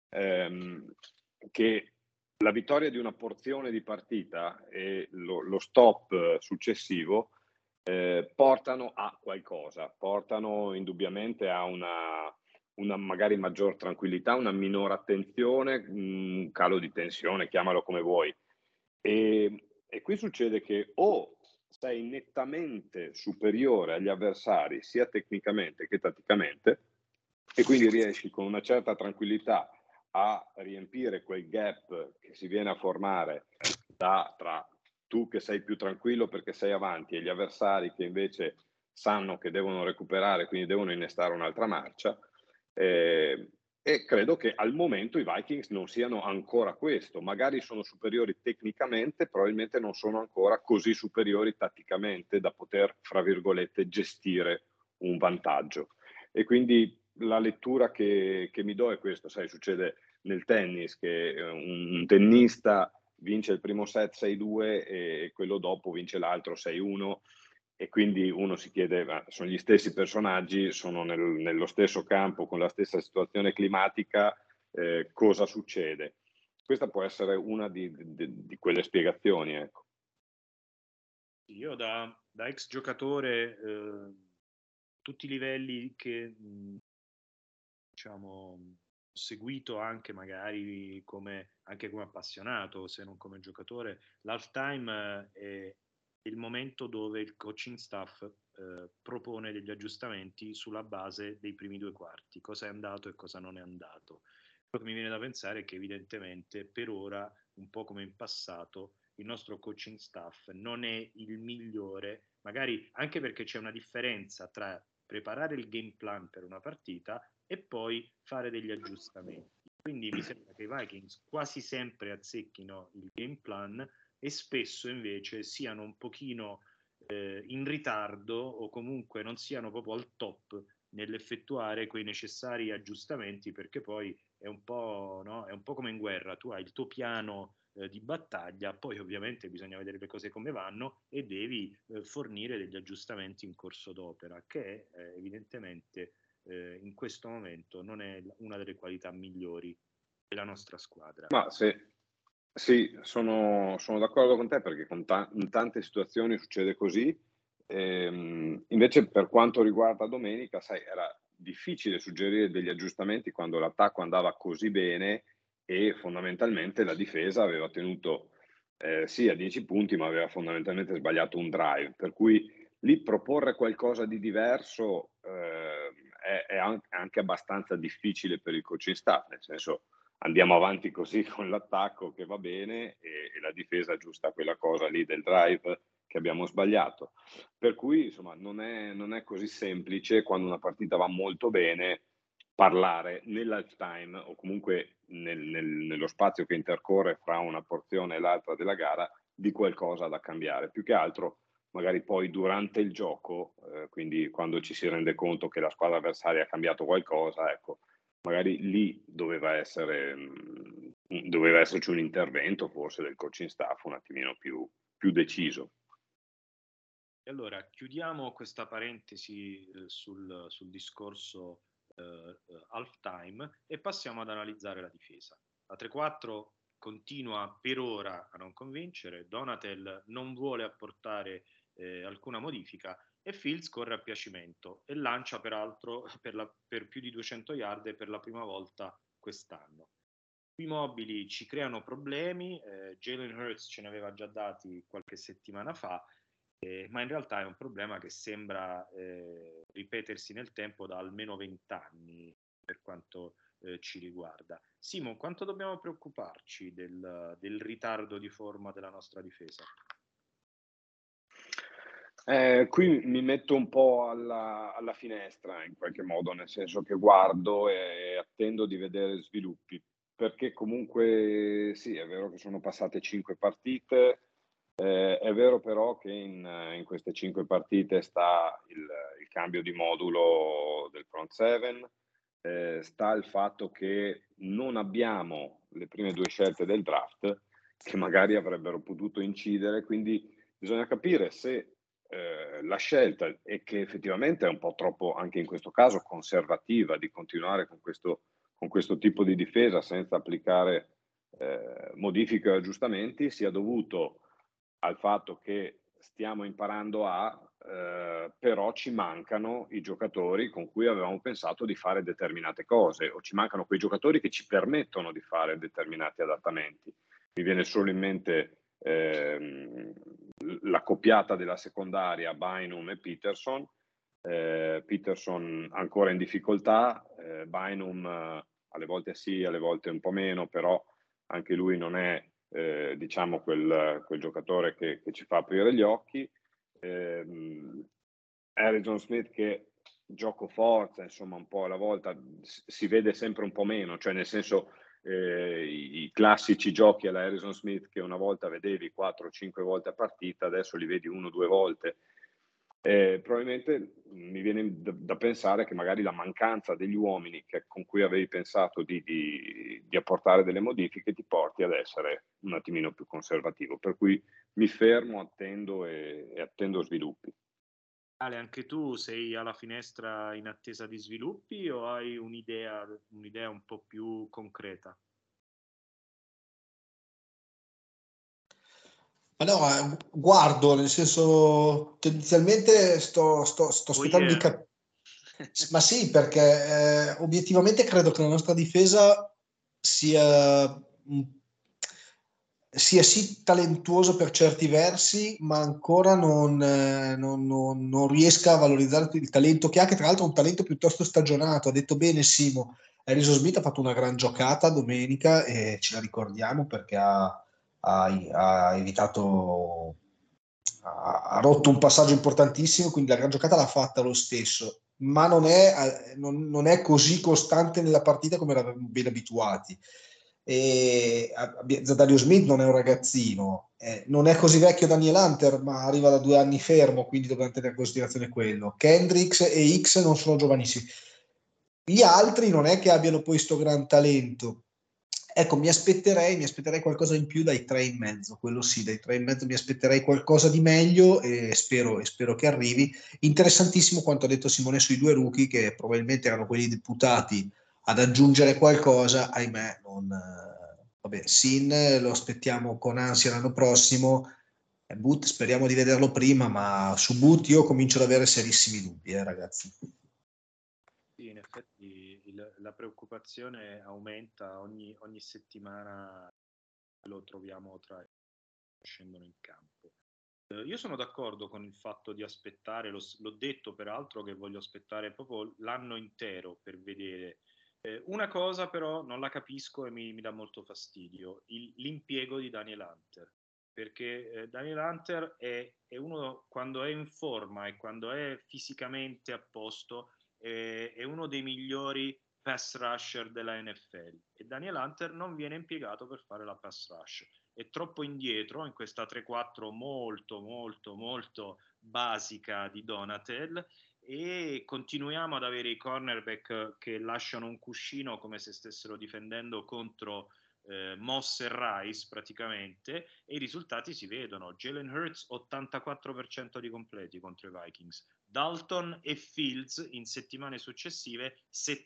che la vittoria di una porzione di partita e lo stop successivo portano a qualcosa, portano indubbiamente a una magari maggior tranquillità, una minore attenzione, un calo di tensione, chiamalo come vuoi. E qui succede che o sei nettamente superiore agli avversari, sia tecnicamente che tatticamente, e quindi riesci con una certa tranquillità a riempire quel gap che si viene a formare tra tu che sei più tranquillo perché sei avanti e gli avversari che invece sanno che devono recuperare, quindi devono innestare un'altra marcia. E credo che al momento i Vikings non siano ancora questo, magari sono superiori tecnicamente, probabilmente non sono ancora così superiori tatticamente da poter, fra virgolette, gestire un vantaggio. E quindi la lettura che mi do è questa, sai, succede nel tennis che un tennista vince il primo set 6-2 e quello dopo vince l'altro 6-1, e quindi uno si chiede, ma sono gli stessi personaggi, sono nello stesso campo, con la stessa situazione climatica, cosa succede? Questa può essere una di quelle spiegazioni, ecco. Io da ex giocatore, tutti i livelli che diciamo ho seguito anche magari anche come appassionato, se non come giocatore, l'halftime è il momento dove il coaching staff propone degli aggiustamenti sulla base dei primi due quarti, cosa è andato e cosa non è andato. Quello che mi viene da pensare è che evidentemente per ora, un po' come in passato, il nostro coaching staff non è il migliore, magari anche perché c'è una differenza tra preparare il game plan per una partita e poi fare degli aggiustamenti. Quindi mi sembra che i Vikings quasi sempre azzecchino il game plan e spesso invece siano un pochino in ritardo o comunque non siano proprio al top nell'effettuare quei necessari aggiustamenti, perché poi è un po', no? È un po' come in guerra, tu hai il tuo piano di battaglia, poi ovviamente bisogna vedere le cose come vanno e devi fornire degli aggiustamenti in corso d'opera, che evidentemente in questo momento non è una delle qualità migliori della nostra squadra. Ma sì, sono d'accordo con te perché in tante situazioni succede così. Invece per quanto riguarda domenica, sai, era difficile suggerire degli aggiustamenti quando l'attacco andava così bene e fondamentalmente la difesa aveva tenuto sì a 10 punti, ma aveva fondamentalmente sbagliato un drive, per cui lì proporre qualcosa di diverso è anche abbastanza difficile per il coaching staff, nel senso andiamo avanti così con l'attacco che va bene e la difesa aggiusta quella cosa lì del drive che abbiamo sbagliato. Per cui insomma non è così semplice quando una partita va molto bene parlare nell'halftime o comunque nello spazio che intercorre fra una porzione e l'altra della gara di qualcosa da cambiare. Più che altro magari poi durante il gioco, quindi quando ci si rende conto che la squadra avversaria ha cambiato qualcosa, ecco, magari lì doveva esserci un intervento forse del coaching staff un attimino più deciso. E allora chiudiamo questa parentesi sul discorso halftime e passiamo ad analizzare la difesa. La 3-4 continua per ora a non convincere, Donatel non vuole apportare alcuna modifica e Fields corre a piacimento e lancia peraltro per più di 200 yard per la prima volta quest'anno. I mobili ci creano problemi, Jalen Hurts ce ne aveva già dati qualche settimana fa, ma in realtà è un problema che sembra ripetersi nel tempo da almeno 20 anni per quanto ci riguarda. Simon, quanto dobbiamo preoccuparci del ritardo di forma della nostra difesa? Qui mi metto un po' alla finestra in qualche modo, nel senso che guardo e attendo di vedere sviluppi, perché comunque sì, è vero che sono passate 5 partite, è vero però che in queste 5 partite sta il cambio di modulo del front seven, sta il fatto che non abbiamo le prime 2 scelte del draft che magari avrebbero potuto incidere, quindi bisogna capire se la scelta è che effettivamente è un po' troppo, anche in questo caso, conservativa di continuare con questo tipo di difesa senza applicare modifiche o aggiustamenti, sia dovuto al fatto che stiamo imparando però ci mancano i giocatori con cui avevamo pensato di fare determinate cose, o ci mancano quei giocatori che ci permettono di fare determinati adattamenti. Mi viene solo in mente la coppiata della secondaria Bynum e Peterson. Peterson ancora in difficoltà, Bynum alle volte sì, alle volte un po' meno, però anche lui non è diciamo quel giocatore che ci fa aprire gli occhi. Harrison Smith che gioco forza, insomma un po' alla volta si vede sempre un po' meno, cioè nel senso i classici giochi alla Harrison Smith che una volta vedevi 4-5 volte a partita, adesso li vedi 1-2 volte. Probabilmente mi viene da pensare che magari la mancanza degli uomini con cui avevi pensato di apportare delle modifiche ti porti ad essere un attimino più conservativo, per cui mi fermo, attendo e attendo sviluppi. Ale, anche tu sei alla finestra in attesa di sviluppi o hai un'idea un po' più concreta? Allora, guardo, nel senso, tendenzialmente sto aspettando di capire. Ma sì, perché obiettivamente credo che la nostra difesa sia sì talentuosa per certi versi, ma ancora non riesca a valorizzare il talento che ha, che tra l'altro è un talento piuttosto stagionato. Ha detto bene Simo, Harrison Smith ha fatto una gran giocata domenica e ce la ricordiamo perché ha evitato, ha rotto un passaggio importantissimo, quindi la gran giocata l'ha fatta lo stesso, ma non è così costante nella partita come eravamo ben abituati. E Zadario Smith non è un ragazzino, non è così vecchio Daniel Hunter, ma arriva da 2 anni fermo, quindi dobbiamo tenere in considerazione quello. Kendricks e X non sono giovanissimi. Gli altri non è che abbiano poi sto gran talento. Ecco, mi aspetterei qualcosa in più dai 3 in mezzo, quello sì, dai 3 in mezzo mi aspetterei qualcosa di meglio e spero che arrivi. Interessantissimo quanto ha detto Simone sui 2 rookie che probabilmente erano quelli deputati ad aggiungere qualcosa, ahimè, vabbè, Sin lo aspettiamo con ansia l'anno prossimo, Boot speriamo di vederlo prima, ma su Boot io comincio ad avere serissimi dubbi, ragazzi. Sì, in effetti la preoccupazione aumenta ogni settimana, lo troviamo tra i che scendono in campo. Io sono d'accordo con il fatto di aspettare, l'ho detto peraltro che voglio aspettare proprio l'anno intero per vedere. Una cosa però non la capisco e mi dà molto fastidio, l'impiego di Daniel Hunter, perché Daniel Hunter è uno, quando è in forma e quando è fisicamente a posto, è uno dei migliori pass rusher della NFL e Daniel Hunter non viene impiegato per fare la pass rush, è troppo indietro in questa 3-4 molto molto molto basica di Donatel e continuiamo ad avere i cornerback che lasciano un cuscino come se stessero difendendo contro Moss e Rice praticamente e i risultati si vedono. Jalen Hurts 84% di completi contro i Vikings, Dalton e Fields in settimane successive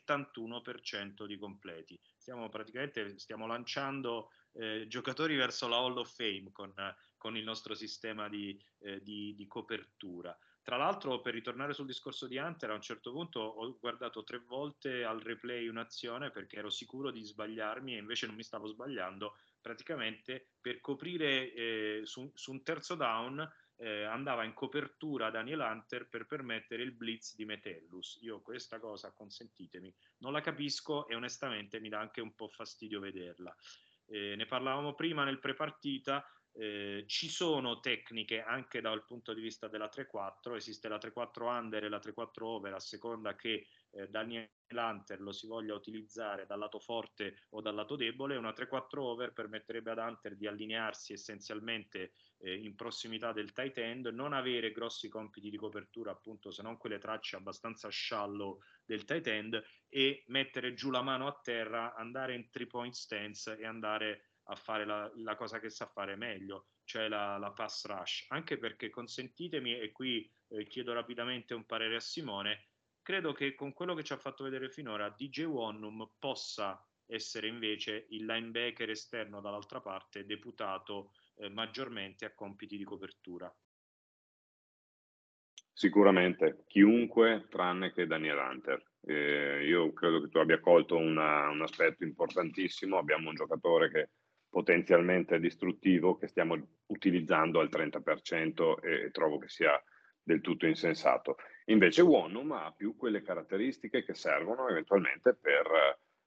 71% di completi. Stiamo lanciando giocatori verso la Hall of Fame con il nostro sistema di copertura. Tra l'altro, per ritornare sul discorso di Hunter, a un certo punto ho guardato 3 volte al replay un'azione perché ero sicuro di sbagliarmi e invece non mi stavo sbagliando. Praticamente per coprire su un terzo down andava in copertura Daniel Hunter per permettere il blitz di Metellus. Io questa cosa, consentitemi, non la capisco e onestamente mi dà anche un po' fastidio vederla. Ne parlavamo prima nel prepartita, ci sono tecniche anche dal punto di vista della 3-4, esiste la 3-4 under e la 3-4 over a seconda che Daniel Hunter lo si voglia utilizzare dal lato forte o dal lato debole. Una 3-4 over permetterebbe ad Hunter di allinearsi essenzialmente in prossimità del tight end, non avere grossi compiti di copertura appunto se non quelle tracce abbastanza shallow del tight end e mettere giù la mano a terra, andare in 3-point stance e andare a fare la cosa che sa fare meglio, cioè la pass rush, anche perché consentitemi, e qui chiedo rapidamente un parere a Simone, credo che con quello che ci ha fatto vedere finora DJ Wonnum possa essere invece il linebacker esterno dall'altra parte deputato maggiormente a compiti di copertura. Sicuramente, chiunque tranne che Daniel Hunter. Io credo che tu abbia colto un aspetto importantissimo, abbiamo un giocatore che potenzialmente è distruttivo, che stiamo utilizzando al 30% e trovo che sia del tutto insensato. Invece Wonnum ha più quelle caratteristiche che servono eventualmente per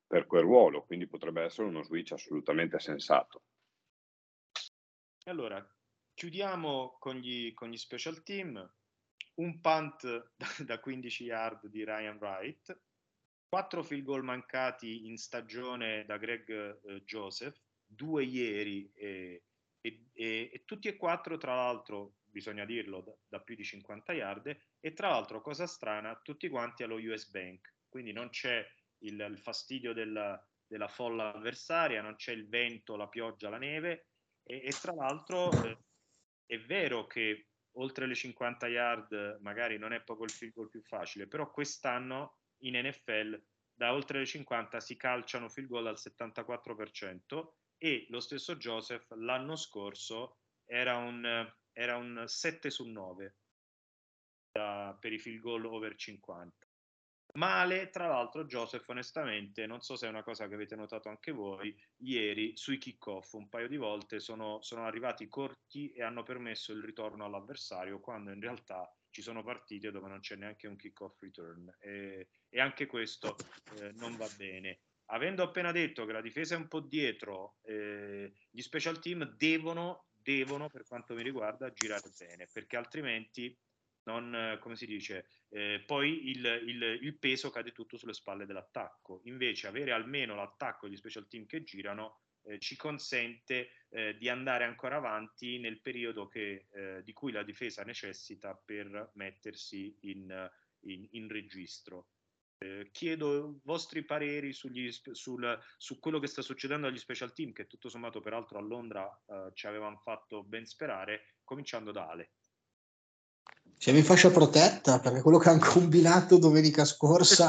per quel ruolo, quindi potrebbe essere uno switch assolutamente sensato. Allora, chiudiamo con gli special team. Un punt da 15 yard di Ryan Wright, 4 field goal mancati in stagione da Greg Joseph, 2 ieri e tutti e 4, tra l'altro, bisogna dirlo, da più di 50 yard, e tra l'altro, cosa strana, tutti quanti allo US Bank, quindi non c'è il fastidio della folla avversaria, non c'è il vento, la pioggia, la neve, e tra l'altro è vero che oltre le 50 yard magari non è proprio il field goal più facile, però quest'anno in NFL da oltre le 50 si calciano field goal al 74% e lo stesso Joseph l'anno scorso era un 7 su 9 per i field goal over 50. Male, tra l'altro, Joseph, onestamente, non so se è una cosa che avete notato anche voi, ieri sui kick-off un paio di volte sono arrivati corti e hanno permesso il ritorno all'avversario, quando in realtà ci sono partite dove non c'è neanche un kick-off return e anche questo non va bene. Avendo appena detto che la difesa è un po' dietro, gli special team devono, per quanto mi riguarda, girare bene, perché altrimenti non, come si dice, poi il peso cade tutto sulle spalle dell'attacco. Invece avere almeno l'attacco e gli special team che girano ci consente di andare ancora avanti nel periodo di cui la difesa necessita per mettersi in registro. Chiedo i vostri pareri su quello che sta succedendo agli special team, che tutto sommato peraltro a Londra ci avevano fatto ben sperare, cominciando da Ale. Siamo in fascia protetta perché quello che hanno combinato domenica scorsa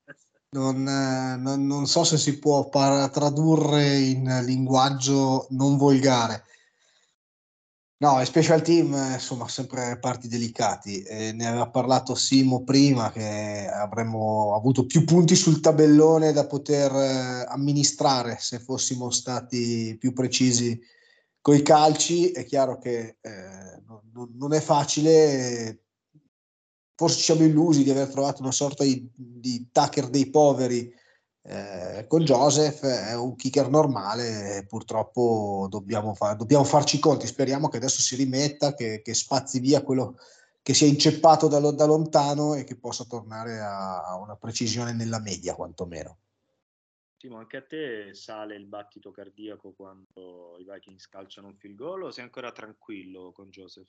non so se si può tradurre in linguaggio non volgare. No, i special team, insomma, sempre parti delicati. Ne aveva parlato Simo prima che avremmo avuto più punti sul tabellone da poter amministrare se fossimo stati più precisi coi calci. È chiaro che non è facile. Forse ci siamo illusi di aver trovato una sorta di Tucker dei poveri con Joseph, è un kicker normale, purtroppo dobbiamo farci i conti, speriamo che adesso si rimetta, che spazzi via quello che si è inceppato da lontano e che possa tornare a una precisione nella media quantomeno. Timo, anche a te sale il battito cardiaco quando i Vikings calciano un field goal o sei ancora tranquillo con Joseph?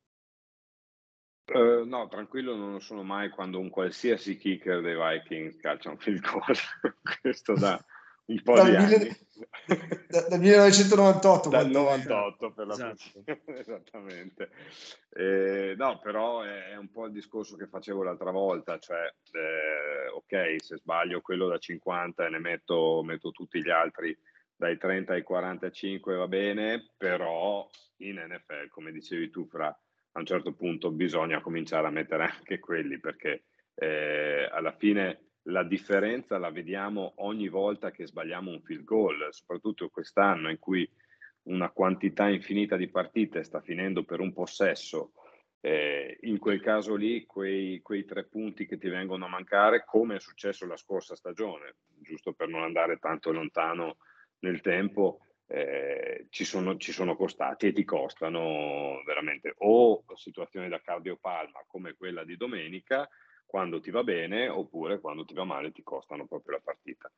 No, tranquillo non lo sono mai quando un qualsiasi kicker dei Vikings calcia un field goal. Questo da un po' di anni. Dal 1998. Dal 98 per la esatto. precisione, esattamente. No, però è un po' il discorso che facevo l'altra volta, cioè ok, se sbaglio quello da 50 e ne metto tutti gli altri dai 30 ai 45 va bene, però in NFL, come dicevi tu, a un certo punto bisogna cominciare a mettere anche quelli, perché alla fine la differenza la vediamo ogni volta che sbagliamo un field goal, soprattutto quest'anno in cui una quantità infinita di partite sta finendo per un possesso. In quel caso lì quei 3 punti che ti vengono a mancare, come è successo la scorsa stagione, giusto per non andare tanto lontano nel tempo, ci sono costati e ti costano veramente o situazioni da cardiopalma come quella di domenica, quando ti va bene, oppure quando ti va male ti costano proprio la partita.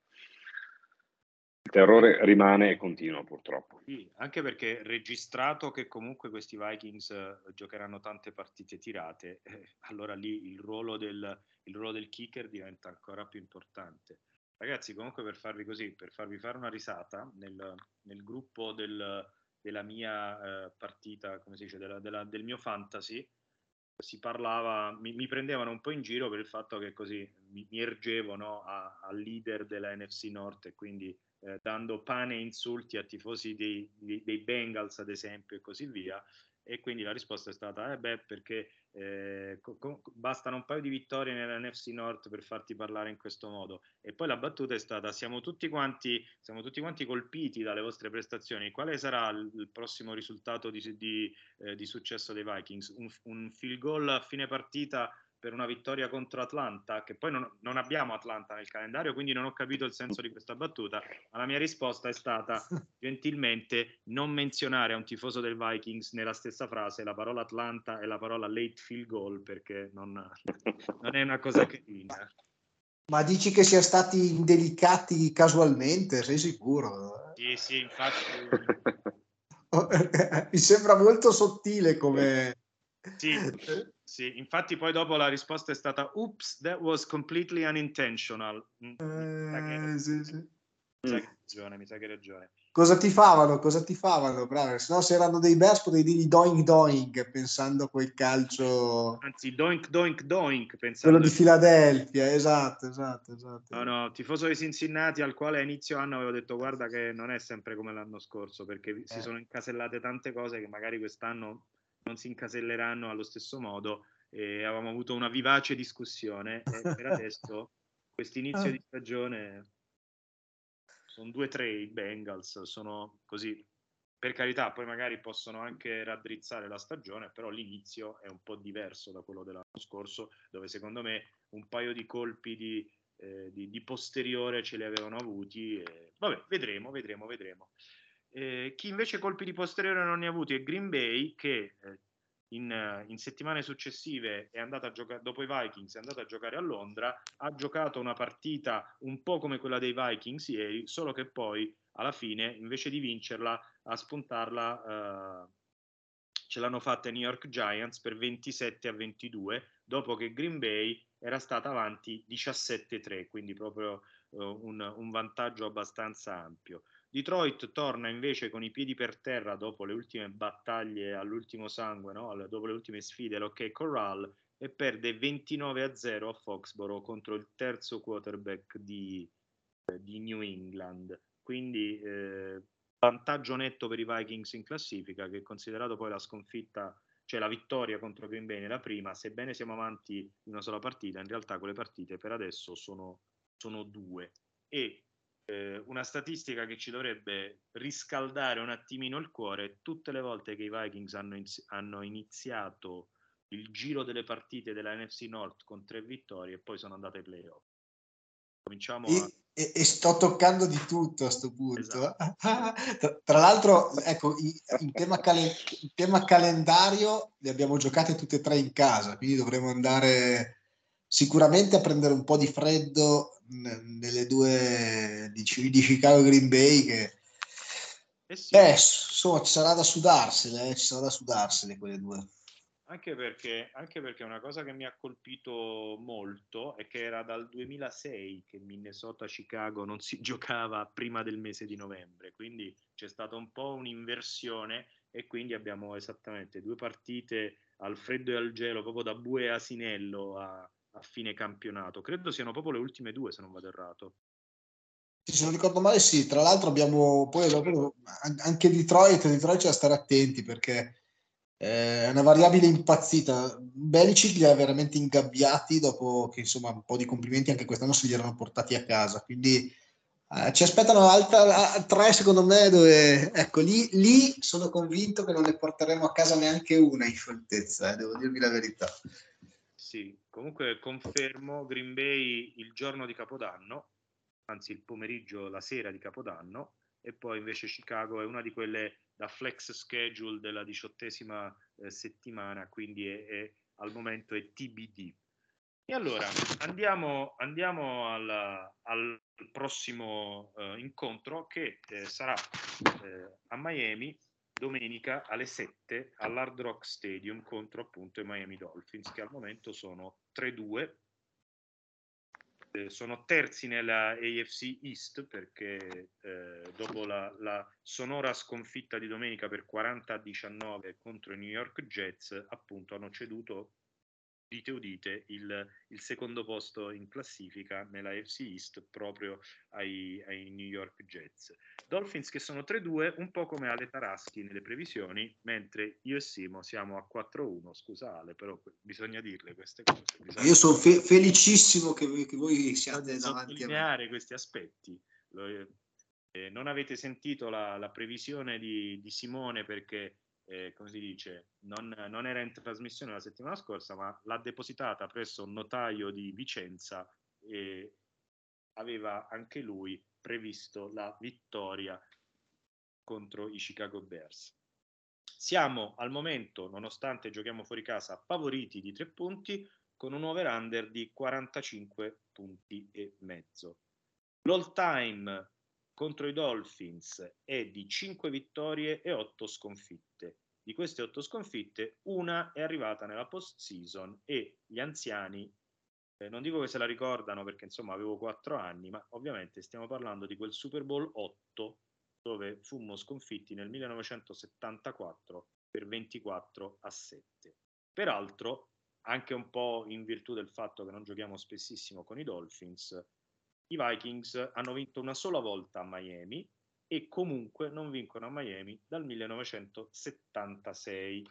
Il terrore rimane e continua purtroppo. Sì, anche perché registrato che comunque questi Vikings giocheranno tante partite tirate, allora lì il ruolo del kicker diventa ancora più importante. Ragazzi, comunque per farvi fare una risata, nel gruppo della mia partita, come si dice, del mio fantasy, si parlava, mi prendevano un po' in giro per il fatto che così mi ergevo, no, al leader della NFC North e quindi dando pane e insulti a tifosi dei Bengals, ad esempio, e così via. E quindi la risposta è stata, perché bastano un paio di vittorie nell'NFC North per farti parlare in questo modo. E poi la battuta è stata, siamo tutti quanti colpiti dalle vostre prestazioni, quale sarà il prossimo risultato di successo dei Vikings? Un field goal a fine partita per una vittoria contro Atlanta, che poi non abbiamo Atlanta nel calendario, quindi non ho capito il senso di questa battuta, ma la mia risposta è stata gentilmente non menzionare a un tifoso del Vikings nella stessa frase la parola Atlanta e la parola late field goal, perché non è una cosa carina. Ma dici che siano stati indelicati casualmente? Sei sicuro? Sì, infatti. Mi sembra molto sottile come... Sì, infatti poi dopo la risposta è stata "Oops, that was completely unintentional". Sì. Mi sa che hai ragione. Cosa ti favano, bravo? Se no, se erano dei Bears potevi dirgli doink doink pensando a quel calcio, anzi doink doink doink quello pensando di Filadelfia, esatto. no, tifoso di Cincinnati al quale a inizio anno avevo detto guarda che non è sempre come l'anno scorso, perché si sono incasellate tante cose che magari quest'anno non si incaselleranno allo stesso modo, e avevamo avuto una vivace discussione e per adesso quest'inizio di stagione sono 2-3 i Bengals, sono così, per carità, poi magari possono anche raddrizzare la stagione, però l'inizio è un po' diverso da quello dell'anno scorso, dove secondo me un paio di colpi di posteriore ce li avevano avuti. Vabbè, vedremo. Chi invece colpi di posteriore non ne ha avuti è Green Bay, che in settimane successive è andata a giocare, dopo i Vikings è andata a giocare a Londra, ha giocato una partita un po' come quella dei Vikings ieri, solo che poi alla fine invece di vincerla, a spuntarla ce l'hanno fatta i New York Giants per 27-22, dopo che Green Bay era stata avanti 17-3, quindi proprio un vantaggio abbastanza ampio. Detroit torna invece con i piedi per terra dopo le ultime battaglie all'ultimo sangue, no? Dopo le ultime sfide all'Ok Corral, e perde 29-0 a Foxborough contro il terzo quarterback di New England. Quindi vantaggio netto per i Vikings in classifica, che considerato poi la sconfitta, cioè la vittoria contro Green Bay nella prima, sebbene siamo avanti in una sola partita, in realtà quelle partite per adesso sono 2. E una statistica che ci dovrebbe riscaldare un attimino il cuore: tutte le volte che i Vikings hanno iniziato il giro delle partite della NFC North con 3 vittorie e poi sono andate ai playoff. Cominciamo e sto toccando di tutto a sto punto. Esatto. Tra l'altro, ecco, in tema calendario le abbiamo giocate tutte e 3 in casa, quindi dovremo andare sicuramente a prendere un po' di freddo nelle due di Chicago e Green Bay, che sì. insomma ci sarà da sudarsele quelle due. Anche perché una cosa che mi ha colpito molto è che era dal 2006 che Minnesota-Chicago non si giocava prima del mese di novembre, quindi c'è stata un po' un'inversione e quindi abbiamo esattamente 2 partite al freddo e al gelo, proprio da bue e asinello a fine campionato. Credo siano proprio le ultime 2, se non vado errato. Se non ricordo male, sì. Tra l'altro abbiamo poi dopo anche Detroit c'è da stare attenti, perché è una variabile impazzita. Belichick li ha veramente ingabbiati, dopo che insomma un po' di complimenti anche quest'anno se li erano portati a casa, quindi ci aspettano altre 3 secondo me, dove ecco lì sono convinto che non ne porteremo a casa neanche una in scioltezza, devo dirvi la verità. Sì, comunque confermo Green Bay il giorno di Capodanno, anzi il pomeriggio, la sera di Capodanno, e poi invece Chicago è una di quelle da flex schedule della 18ª settimana, quindi al momento è TBD. E allora andiamo al prossimo incontro, che sarà a Miami domenica alle 7 all'Hard Rock Stadium contro appunto i Miami Dolphins, che al momento sono 3-2. Sono terzi nella AFC East, perché dopo la sonora sconfitta di domenica per 40-19 contro i New York Jets, appunto hanno ceduto, udite, il secondo posto in classifica nella AFC East proprio ai New York Jets. Dolphins che sono 3-2, un po' come Ale Taraschi nelle previsioni, mentre io e Simo siamo a 4-1. Scusa Ale, però bisogna dirle queste cose. Io sono felicissimo che voi siate davanti a me. Sottolineare questi aspetti. Non avete sentito la previsione di Simone, perché come si dice, non era in trasmissione la settimana scorsa, ma l'ha depositata presso un notaio di Vicenza e aveva anche lui previsto la vittoria contro i Chicago Bears. Siamo al momento, nonostante giochiamo fuori casa, favoriti di 3 punti con un over-under di 45 punti e mezzo. L'all time contro i Dolphins è di 5 vittorie e 8 sconfitte. Di queste 8 sconfitte, una è arrivata nella post-season e gli anziani, non dico che se la ricordano perché insomma avevo 4 anni, ma ovviamente stiamo parlando di quel Super Bowl 8 dove fummo sconfitti nel 1974 per 24-7. Peraltro, anche un po' in virtù del fatto che non giochiamo spessissimo con i Dolphins, i Vikings hanno vinto una sola volta a Miami e comunque non vincono a Miami dal 1976.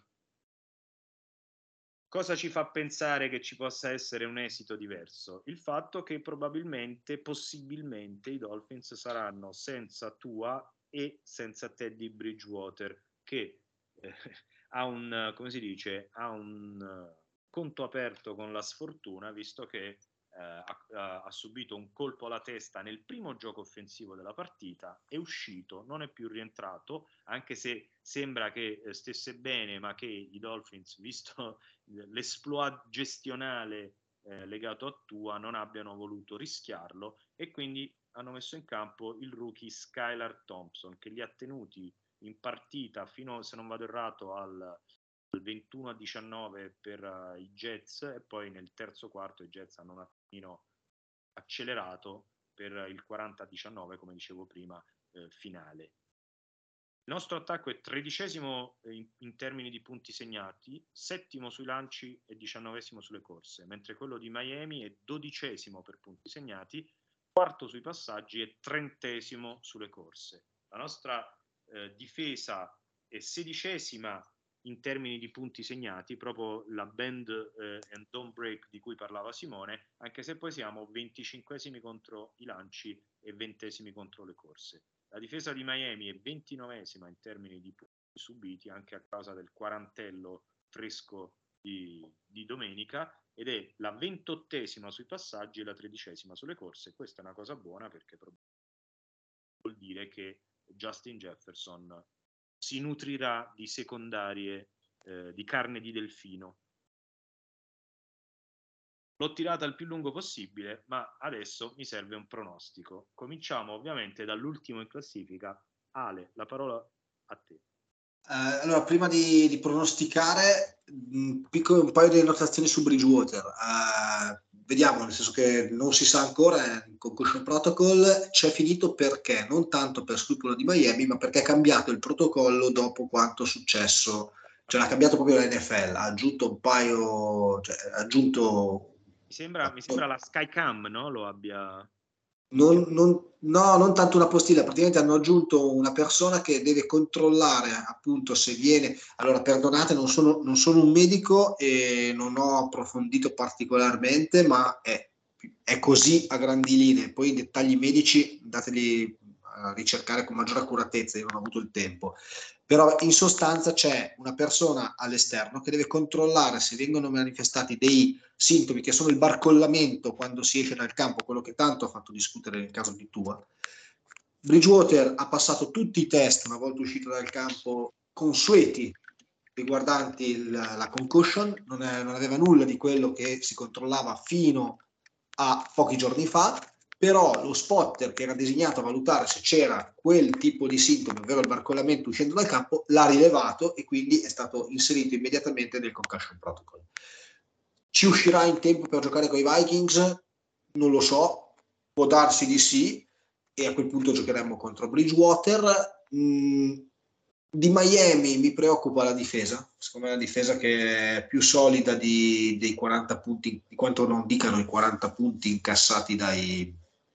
Cosa ci fa pensare che ci possa essere un esito diverso? Il fatto che probabilmente, possibilmente, i Dolphins saranno senza Tua e senza Teddy Bridgewater, che ha un, come si dice, ha un conto aperto con la sfortuna, visto che ha subito un colpo alla testa nel primo gioco offensivo della partita, è uscito, non è più rientrato, anche se sembra che stesse bene, ma che i Dolphins, visto l'esploit gestionale legato a Tua, non abbiano voluto rischiarlo e quindi hanno messo in campo il rookie Skylar Thompson, che li ha tenuti in partita fino, se non vado errato, al 21-19 per i Jets, e poi nel terzo quarto i Jets hanno un attimino accelerato per il 40-19, come dicevo prima, finale. Il nostro attacco è 13° in termini di punti segnati, 7° sui lanci e 19° sulle corse, mentre quello di Miami è 12° per punti segnati, 4° sui passaggi e 30° sulle corse. La nostra difesa è 16° in termini di punti segnati, proprio la bend and don't break di cui parlava Simone, anche se poi siamo 25° contro i lanci e 20° contro le corse. La difesa di Miami è 29° in termini di punti subiti, anche a causa del quarantello fresco di domenica, ed è la 28° sui passaggi e la 13° sulle corse. Questa è una cosa buona perché vuol dire che Justin Jefferson si nutrirà di secondarie di carne di delfino. L'ho tirata il più lungo possibile, ma adesso mi serve un pronostico. Cominciamo ovviamente dall'ultimo in classifica. Ale, la parola a te. Allora, prima di pronosticare, un paio di annotazioni su Bridgewater. Vediamo, nel senso che non si sa ancora, il concussion protocol c'è finito perché? Non tanto per scrupolo di Miami, ma perché ha cambiato il protocollo dopo quanto successo, cioè l'ha cambiato proprio la NFL, ha aggiunto un paio, cioè ha aggiunto... Mi sembra la Skycam, no? Lo abbia... non tanto una postilla, praticamente hanno aggiunto una persona che deve controllare appunto se viene, allora perdonate, non sono un medico e non ho approfondito particolarmente, ma è così a grandi linee, poi i dettagli medici dateli a ricercare con maggiore accuratezza, io non ho avuto il tempo, però in sostanza c'è una persona all'esterno che deve controllare se vengono manifestati dei sintomi che sono il barcollamento quando si esce dal campo, quello che tanto ha fatto discutere nel caso di Tua. Bridgewater ha passato tutti i test una volta uscito dal campo consueti riguardanti la concussion, non aveva nulla di quello che si controllava fino a pochi giorni fa, però lo spotter che era designato a valutare se c'era quel tipo di sintomi, ovvero il barcollamento uscendo dal campo, l'ha rilevato e quindi è stato inserito immediatamente nel concussion protocol. Ci uscirà in tempo per giocare con i Vikings? Non lo so, può darsi di sì, e a quel punto giocheremo contro Bridgewater. Di Miami mi preoccupa la difesa, secondo me la difesa che è più solida dei 40 punti, di quanto non dicano i 40 punti incassati dai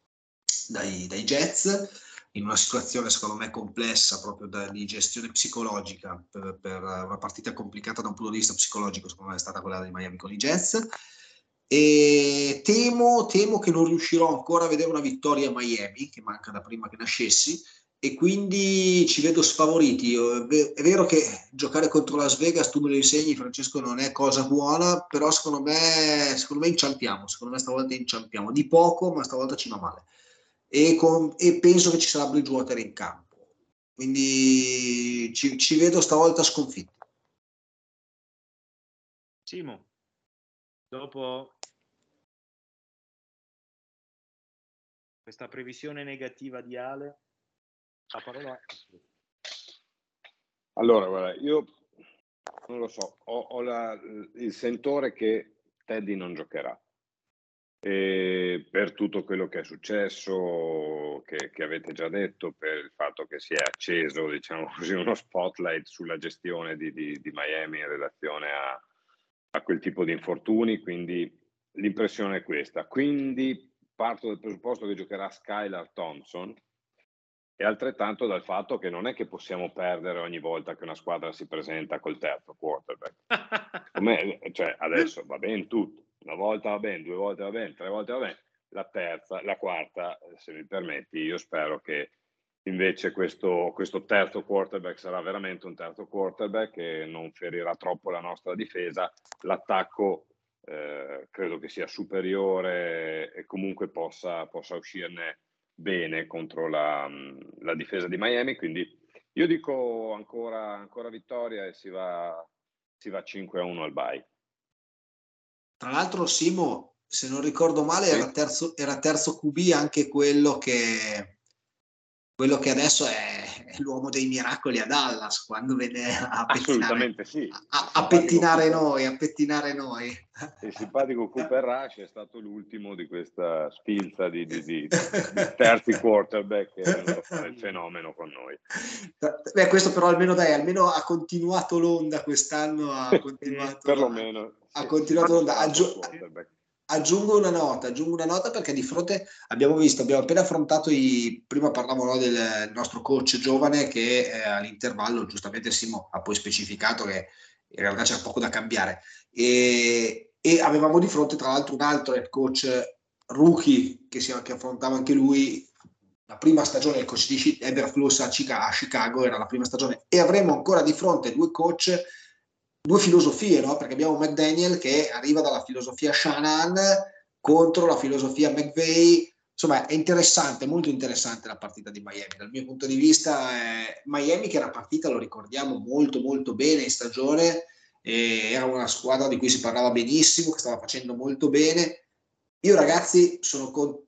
Jets, in una situazione secondo me complessa proprio di gestione psicologica, per una partita complicata da un punto di vista psicologico, secondo me è stata quella di Miami con i Jets, e temo che non riuscirò ancora a vedere una vittoria a Miami, che manca da prima che nascessi, e quindi ci vedo sfavoriti. È vero che giocare contro Las Vegas, tu me lo insegni Francesco, non è cosa buona, però secondo me inciampiamo, secondo me stavolta inciampiamo, di poco ma stavolta ci va male e penso che ci sarà Bridgewater in campo, quindi ci vedo stavolta sconfitti. Simo, dopo questa previsione negativa di Ale, la parola. Allora, guarda, io non lo so, ho il sentore che Teddy non giocherà. E per tutto quello che è successo, che avete già detto, per il fatto che si è acceso, diciamo così, uno spotlight sulla gestione di Miami in relazione a quel tipo di infortuni, quindi l'impressione è questa. Quindi parto dal presupposto che giocherà Skylar Thompson e altrettanto dal fatto che non è che possiamo perdere ogni volta che una squadra si presenta col terzo quarterback. Cioè, adesso va bene tutto, una volta va bene, 2 volte va bene, 3 volte va bene, la terza, la quarta, se mi permetti, io spero che invece questo terzo quarterback sarà veramente un terzo quarterback che non ferirà troppo la nostra difesa, l'attacco credo che sia superiore e comunque possa uscirne bene contro la difesa di Miami, quindi io dico ancora vittoria e si va 5-1 al bye. Tra l'altro Simo, se non ricordo male, Sì. era terzo QB anche quello che adesso è l'uomo dei miracoli a Dallas, quando venne a pettinare, Assolutamente sì. a pettinare noi. Il simpatico Cooper Rush è stato l'ultimo di questa sfilza di terzi quarterback che è venuto a fare il fenomeno con noi. Beh, questo però almeno ha continuato l'onda quest'anno, perlomeno ha continuato l'onda. Aggiungo una nota perché di fronte abbiamo appena affrontato prima parlavamo del nostro coach giovane che all'intervallo, giustamente Simo ha poi specificato che in realtà c'era poco da cambiare e avevamo di fronte tra l'altro un altro head coach rookie che affrontava anche lui la prima stagione, il coach di Eberflus a Chicago era la prima stagione e avremo ancora di fronte due filosofie, no? Perché abbiamo McDaniel che arriva dalla filosofia Shanahan contro la filosofia McVay. Insomma, è interessante, molto interessante la partita di Miami. Dal mio punto di vista, Miami che era partita, lo ricordiamo, molto molto bene in stagione, era una squadra di cui si parlava benissimo, che stava facendo molto bene. Io ragazzi sono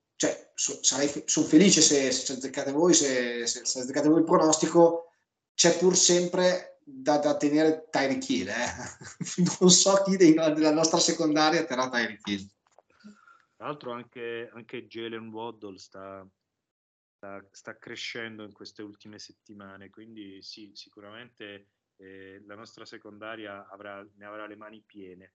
felice se azzeccate voi, se azzeccate voi il pronostico, c'è pur sempre da tenere Tyreek Hill. Non so chi della nostra secondaria terrà Tyreek Hill. Tra l'altro anche Jalen Waddle sta crescendo in queste ultime settimane, quindi sì, sicuramente la nostra secondaria ne avrà le mani piene.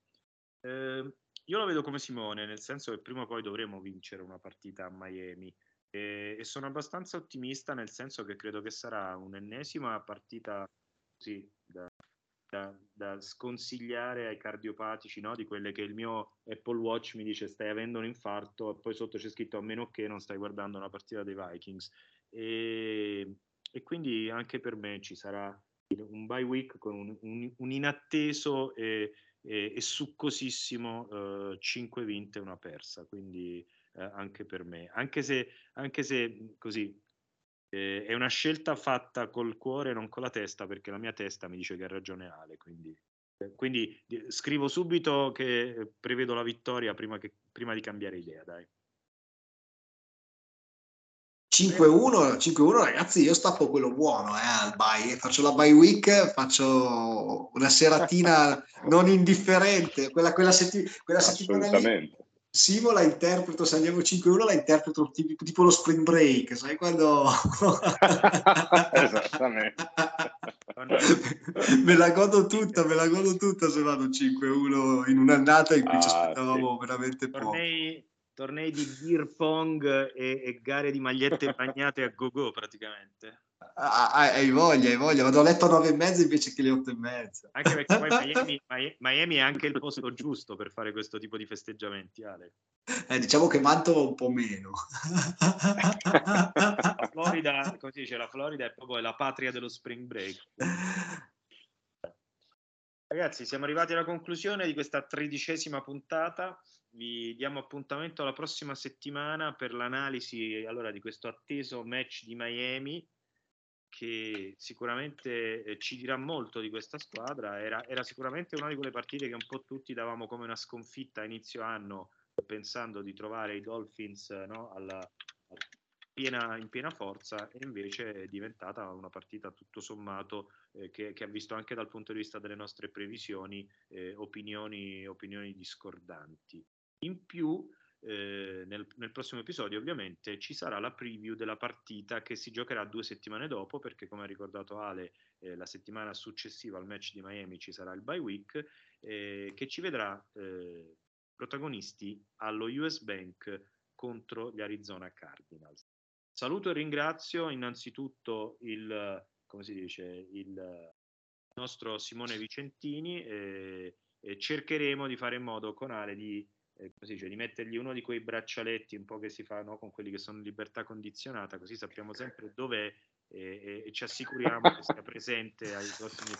Io lo vedo come Simone, nel senso che prima o poi dovremo vincere una partita a Miami e sono abbastanza ottimista, nel senso che credo che sarà un'ennesima partita così da sconsigliare ai cardiopatici, no? Di quelle che il mio Apple Watch mi dice stai avendo un infarto e poi sotto c'è scritto a meno che non stai guardando una partita dei Vikings e quindi anche per me ci sarà un bye week con un inatteso e succosissimo 5 vinte e una persa, quindi anche per me, anche se così è una scelta fatta col cuore, non con la testa, perché la mia testa mi dice che ha ragione Ale, quindi scrivo subito che prevedo la vittoria prima di cambiare idea, dai. 5-1 ragazzi, io stappo quello buono al bye, faccio la bye week, faccio una seratina non indifferente, quella settimana lì Simo la interpreto, se andiamo 5-1 la interpreto tipo lo spring break, sai quando esattamente me la godo tutta se vado 5-1 in un'annata in cui ci aspettavamo veramente poco. Tornei di beer pong e gare di magliette bagnate a go-go praticamente. Hai voglia, vado a letto a 9:30 invece che le 8:30. Anche perché poi Miami è anche il posto giusto per fare questo tipo di festeggiamenti, Ale. Diciamo che Mantova un po' meno. La Florida, come si dice, la Florida è proprio la patria dello spring break. Ragazzi, siamo arrivati alla conclusione di questa 13ª puntata. Vi diamo appuntamento alla prossima settimana per l'analisi di questo atteso match di Miami, che sicuramente ci dirà molto di questa squadra. Era sicuramente una di quelle partite che un po' tutti davamo come una sconfitta a inizio anno, pensando di trovare i Dolphins, no, in piena forza, e invece è diventata una partita tutto sommato che ha visto anche dal punto di vista delle nostre previsioni opinioni discordanti. In più nel prossimo episodio ovviamente ci sarà la preview della partita che si giocherà 2 settimane dopo, perché come ha ricordato Ale la settimana successiva al match di Miami ci sarà il bye week che ci vedrà protagonisti allo US Bank contro gli Arizona Cardinals. Saluto e ringrazio innanzitutto il nostro Simone Vicentini e cercheremo di fare in modo con Ale di mettergli uno di quei braccialetti un po' che si fa, no, con quelli che sono in libertà condizionata, così sappiamo sempre dov'è e ci assicuriamo che sia presente ai prossimi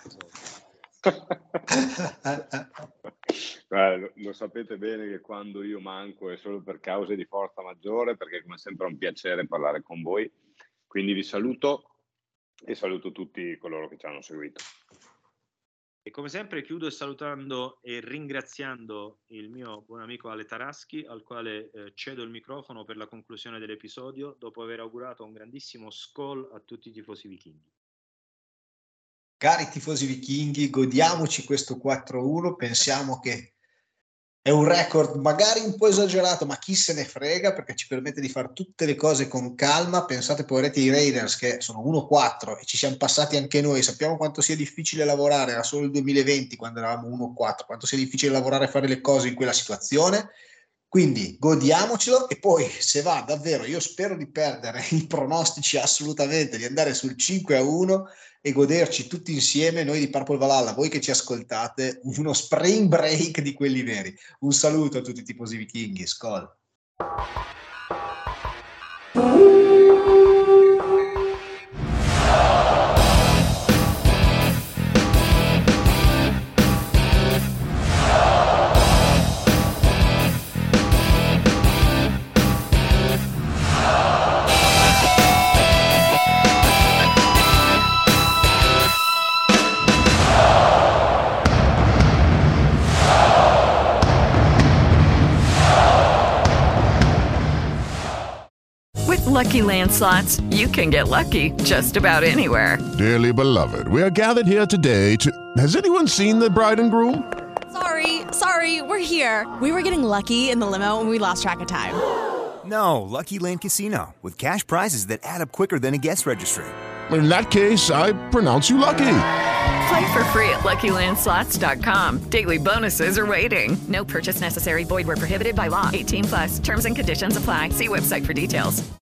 episodi. Lo sapete bene che quando io manco è solo per cause di forza maggiore, perché come sempre è un piacere parlare con voi, quindi vi saluto e saluto tutti coloro che ci hanno seguito. E come sempre chiudo salutando e ringraziando il mio buon amico Ale Taraschi, al quale cedo il microfono per la conclusione dell'episodio, dopo aver augurato un grandissimo skol a tutti i tifosi vichinghi. Cari tifosi vichinghi, godiamoci questo 4-1, pensiamo che è un record magari un po' esagerato, ma chi se ne frega, perché ci permette di fare tutte le cose con calma. Pensate poveretti ai Raiders che sono 1-4 e ci siamo passati anche noi, sappiamo quanto sia difficile lavorare, era solo il 2020 quando eravamo 1-4, quanto sia difficile lavorare e fare le cose in quella situazione. Quindi godiamocelo, e poi se va davvero, io spero di perdere i pronostici assolutamente, di andare sul 5-1 e goderci tutti insieme, noi di Purple Valhalla, voi che ci ascoltate, uno spring break di quelli veri. Un saluto a tutti i tifosi vichinghi, skol. Lucky Land Slots, you can get lucky just about anywhere. Dearly beloved, we are gathered here today to... Has anyone seen the bride and groom? Sorry, we're here. We were getting lucky in the limo and we lost track of time. No, Lucky Land Casino, with cash prizes that add up quicker than a guest registry. In that case, I pronounce you lucky. Play for free at LuckyLandSlots.com. Daily bonuses are waiting. No purchase necessary. Void where prohibited by law. 18+. Terms and conditions apply. See website for details.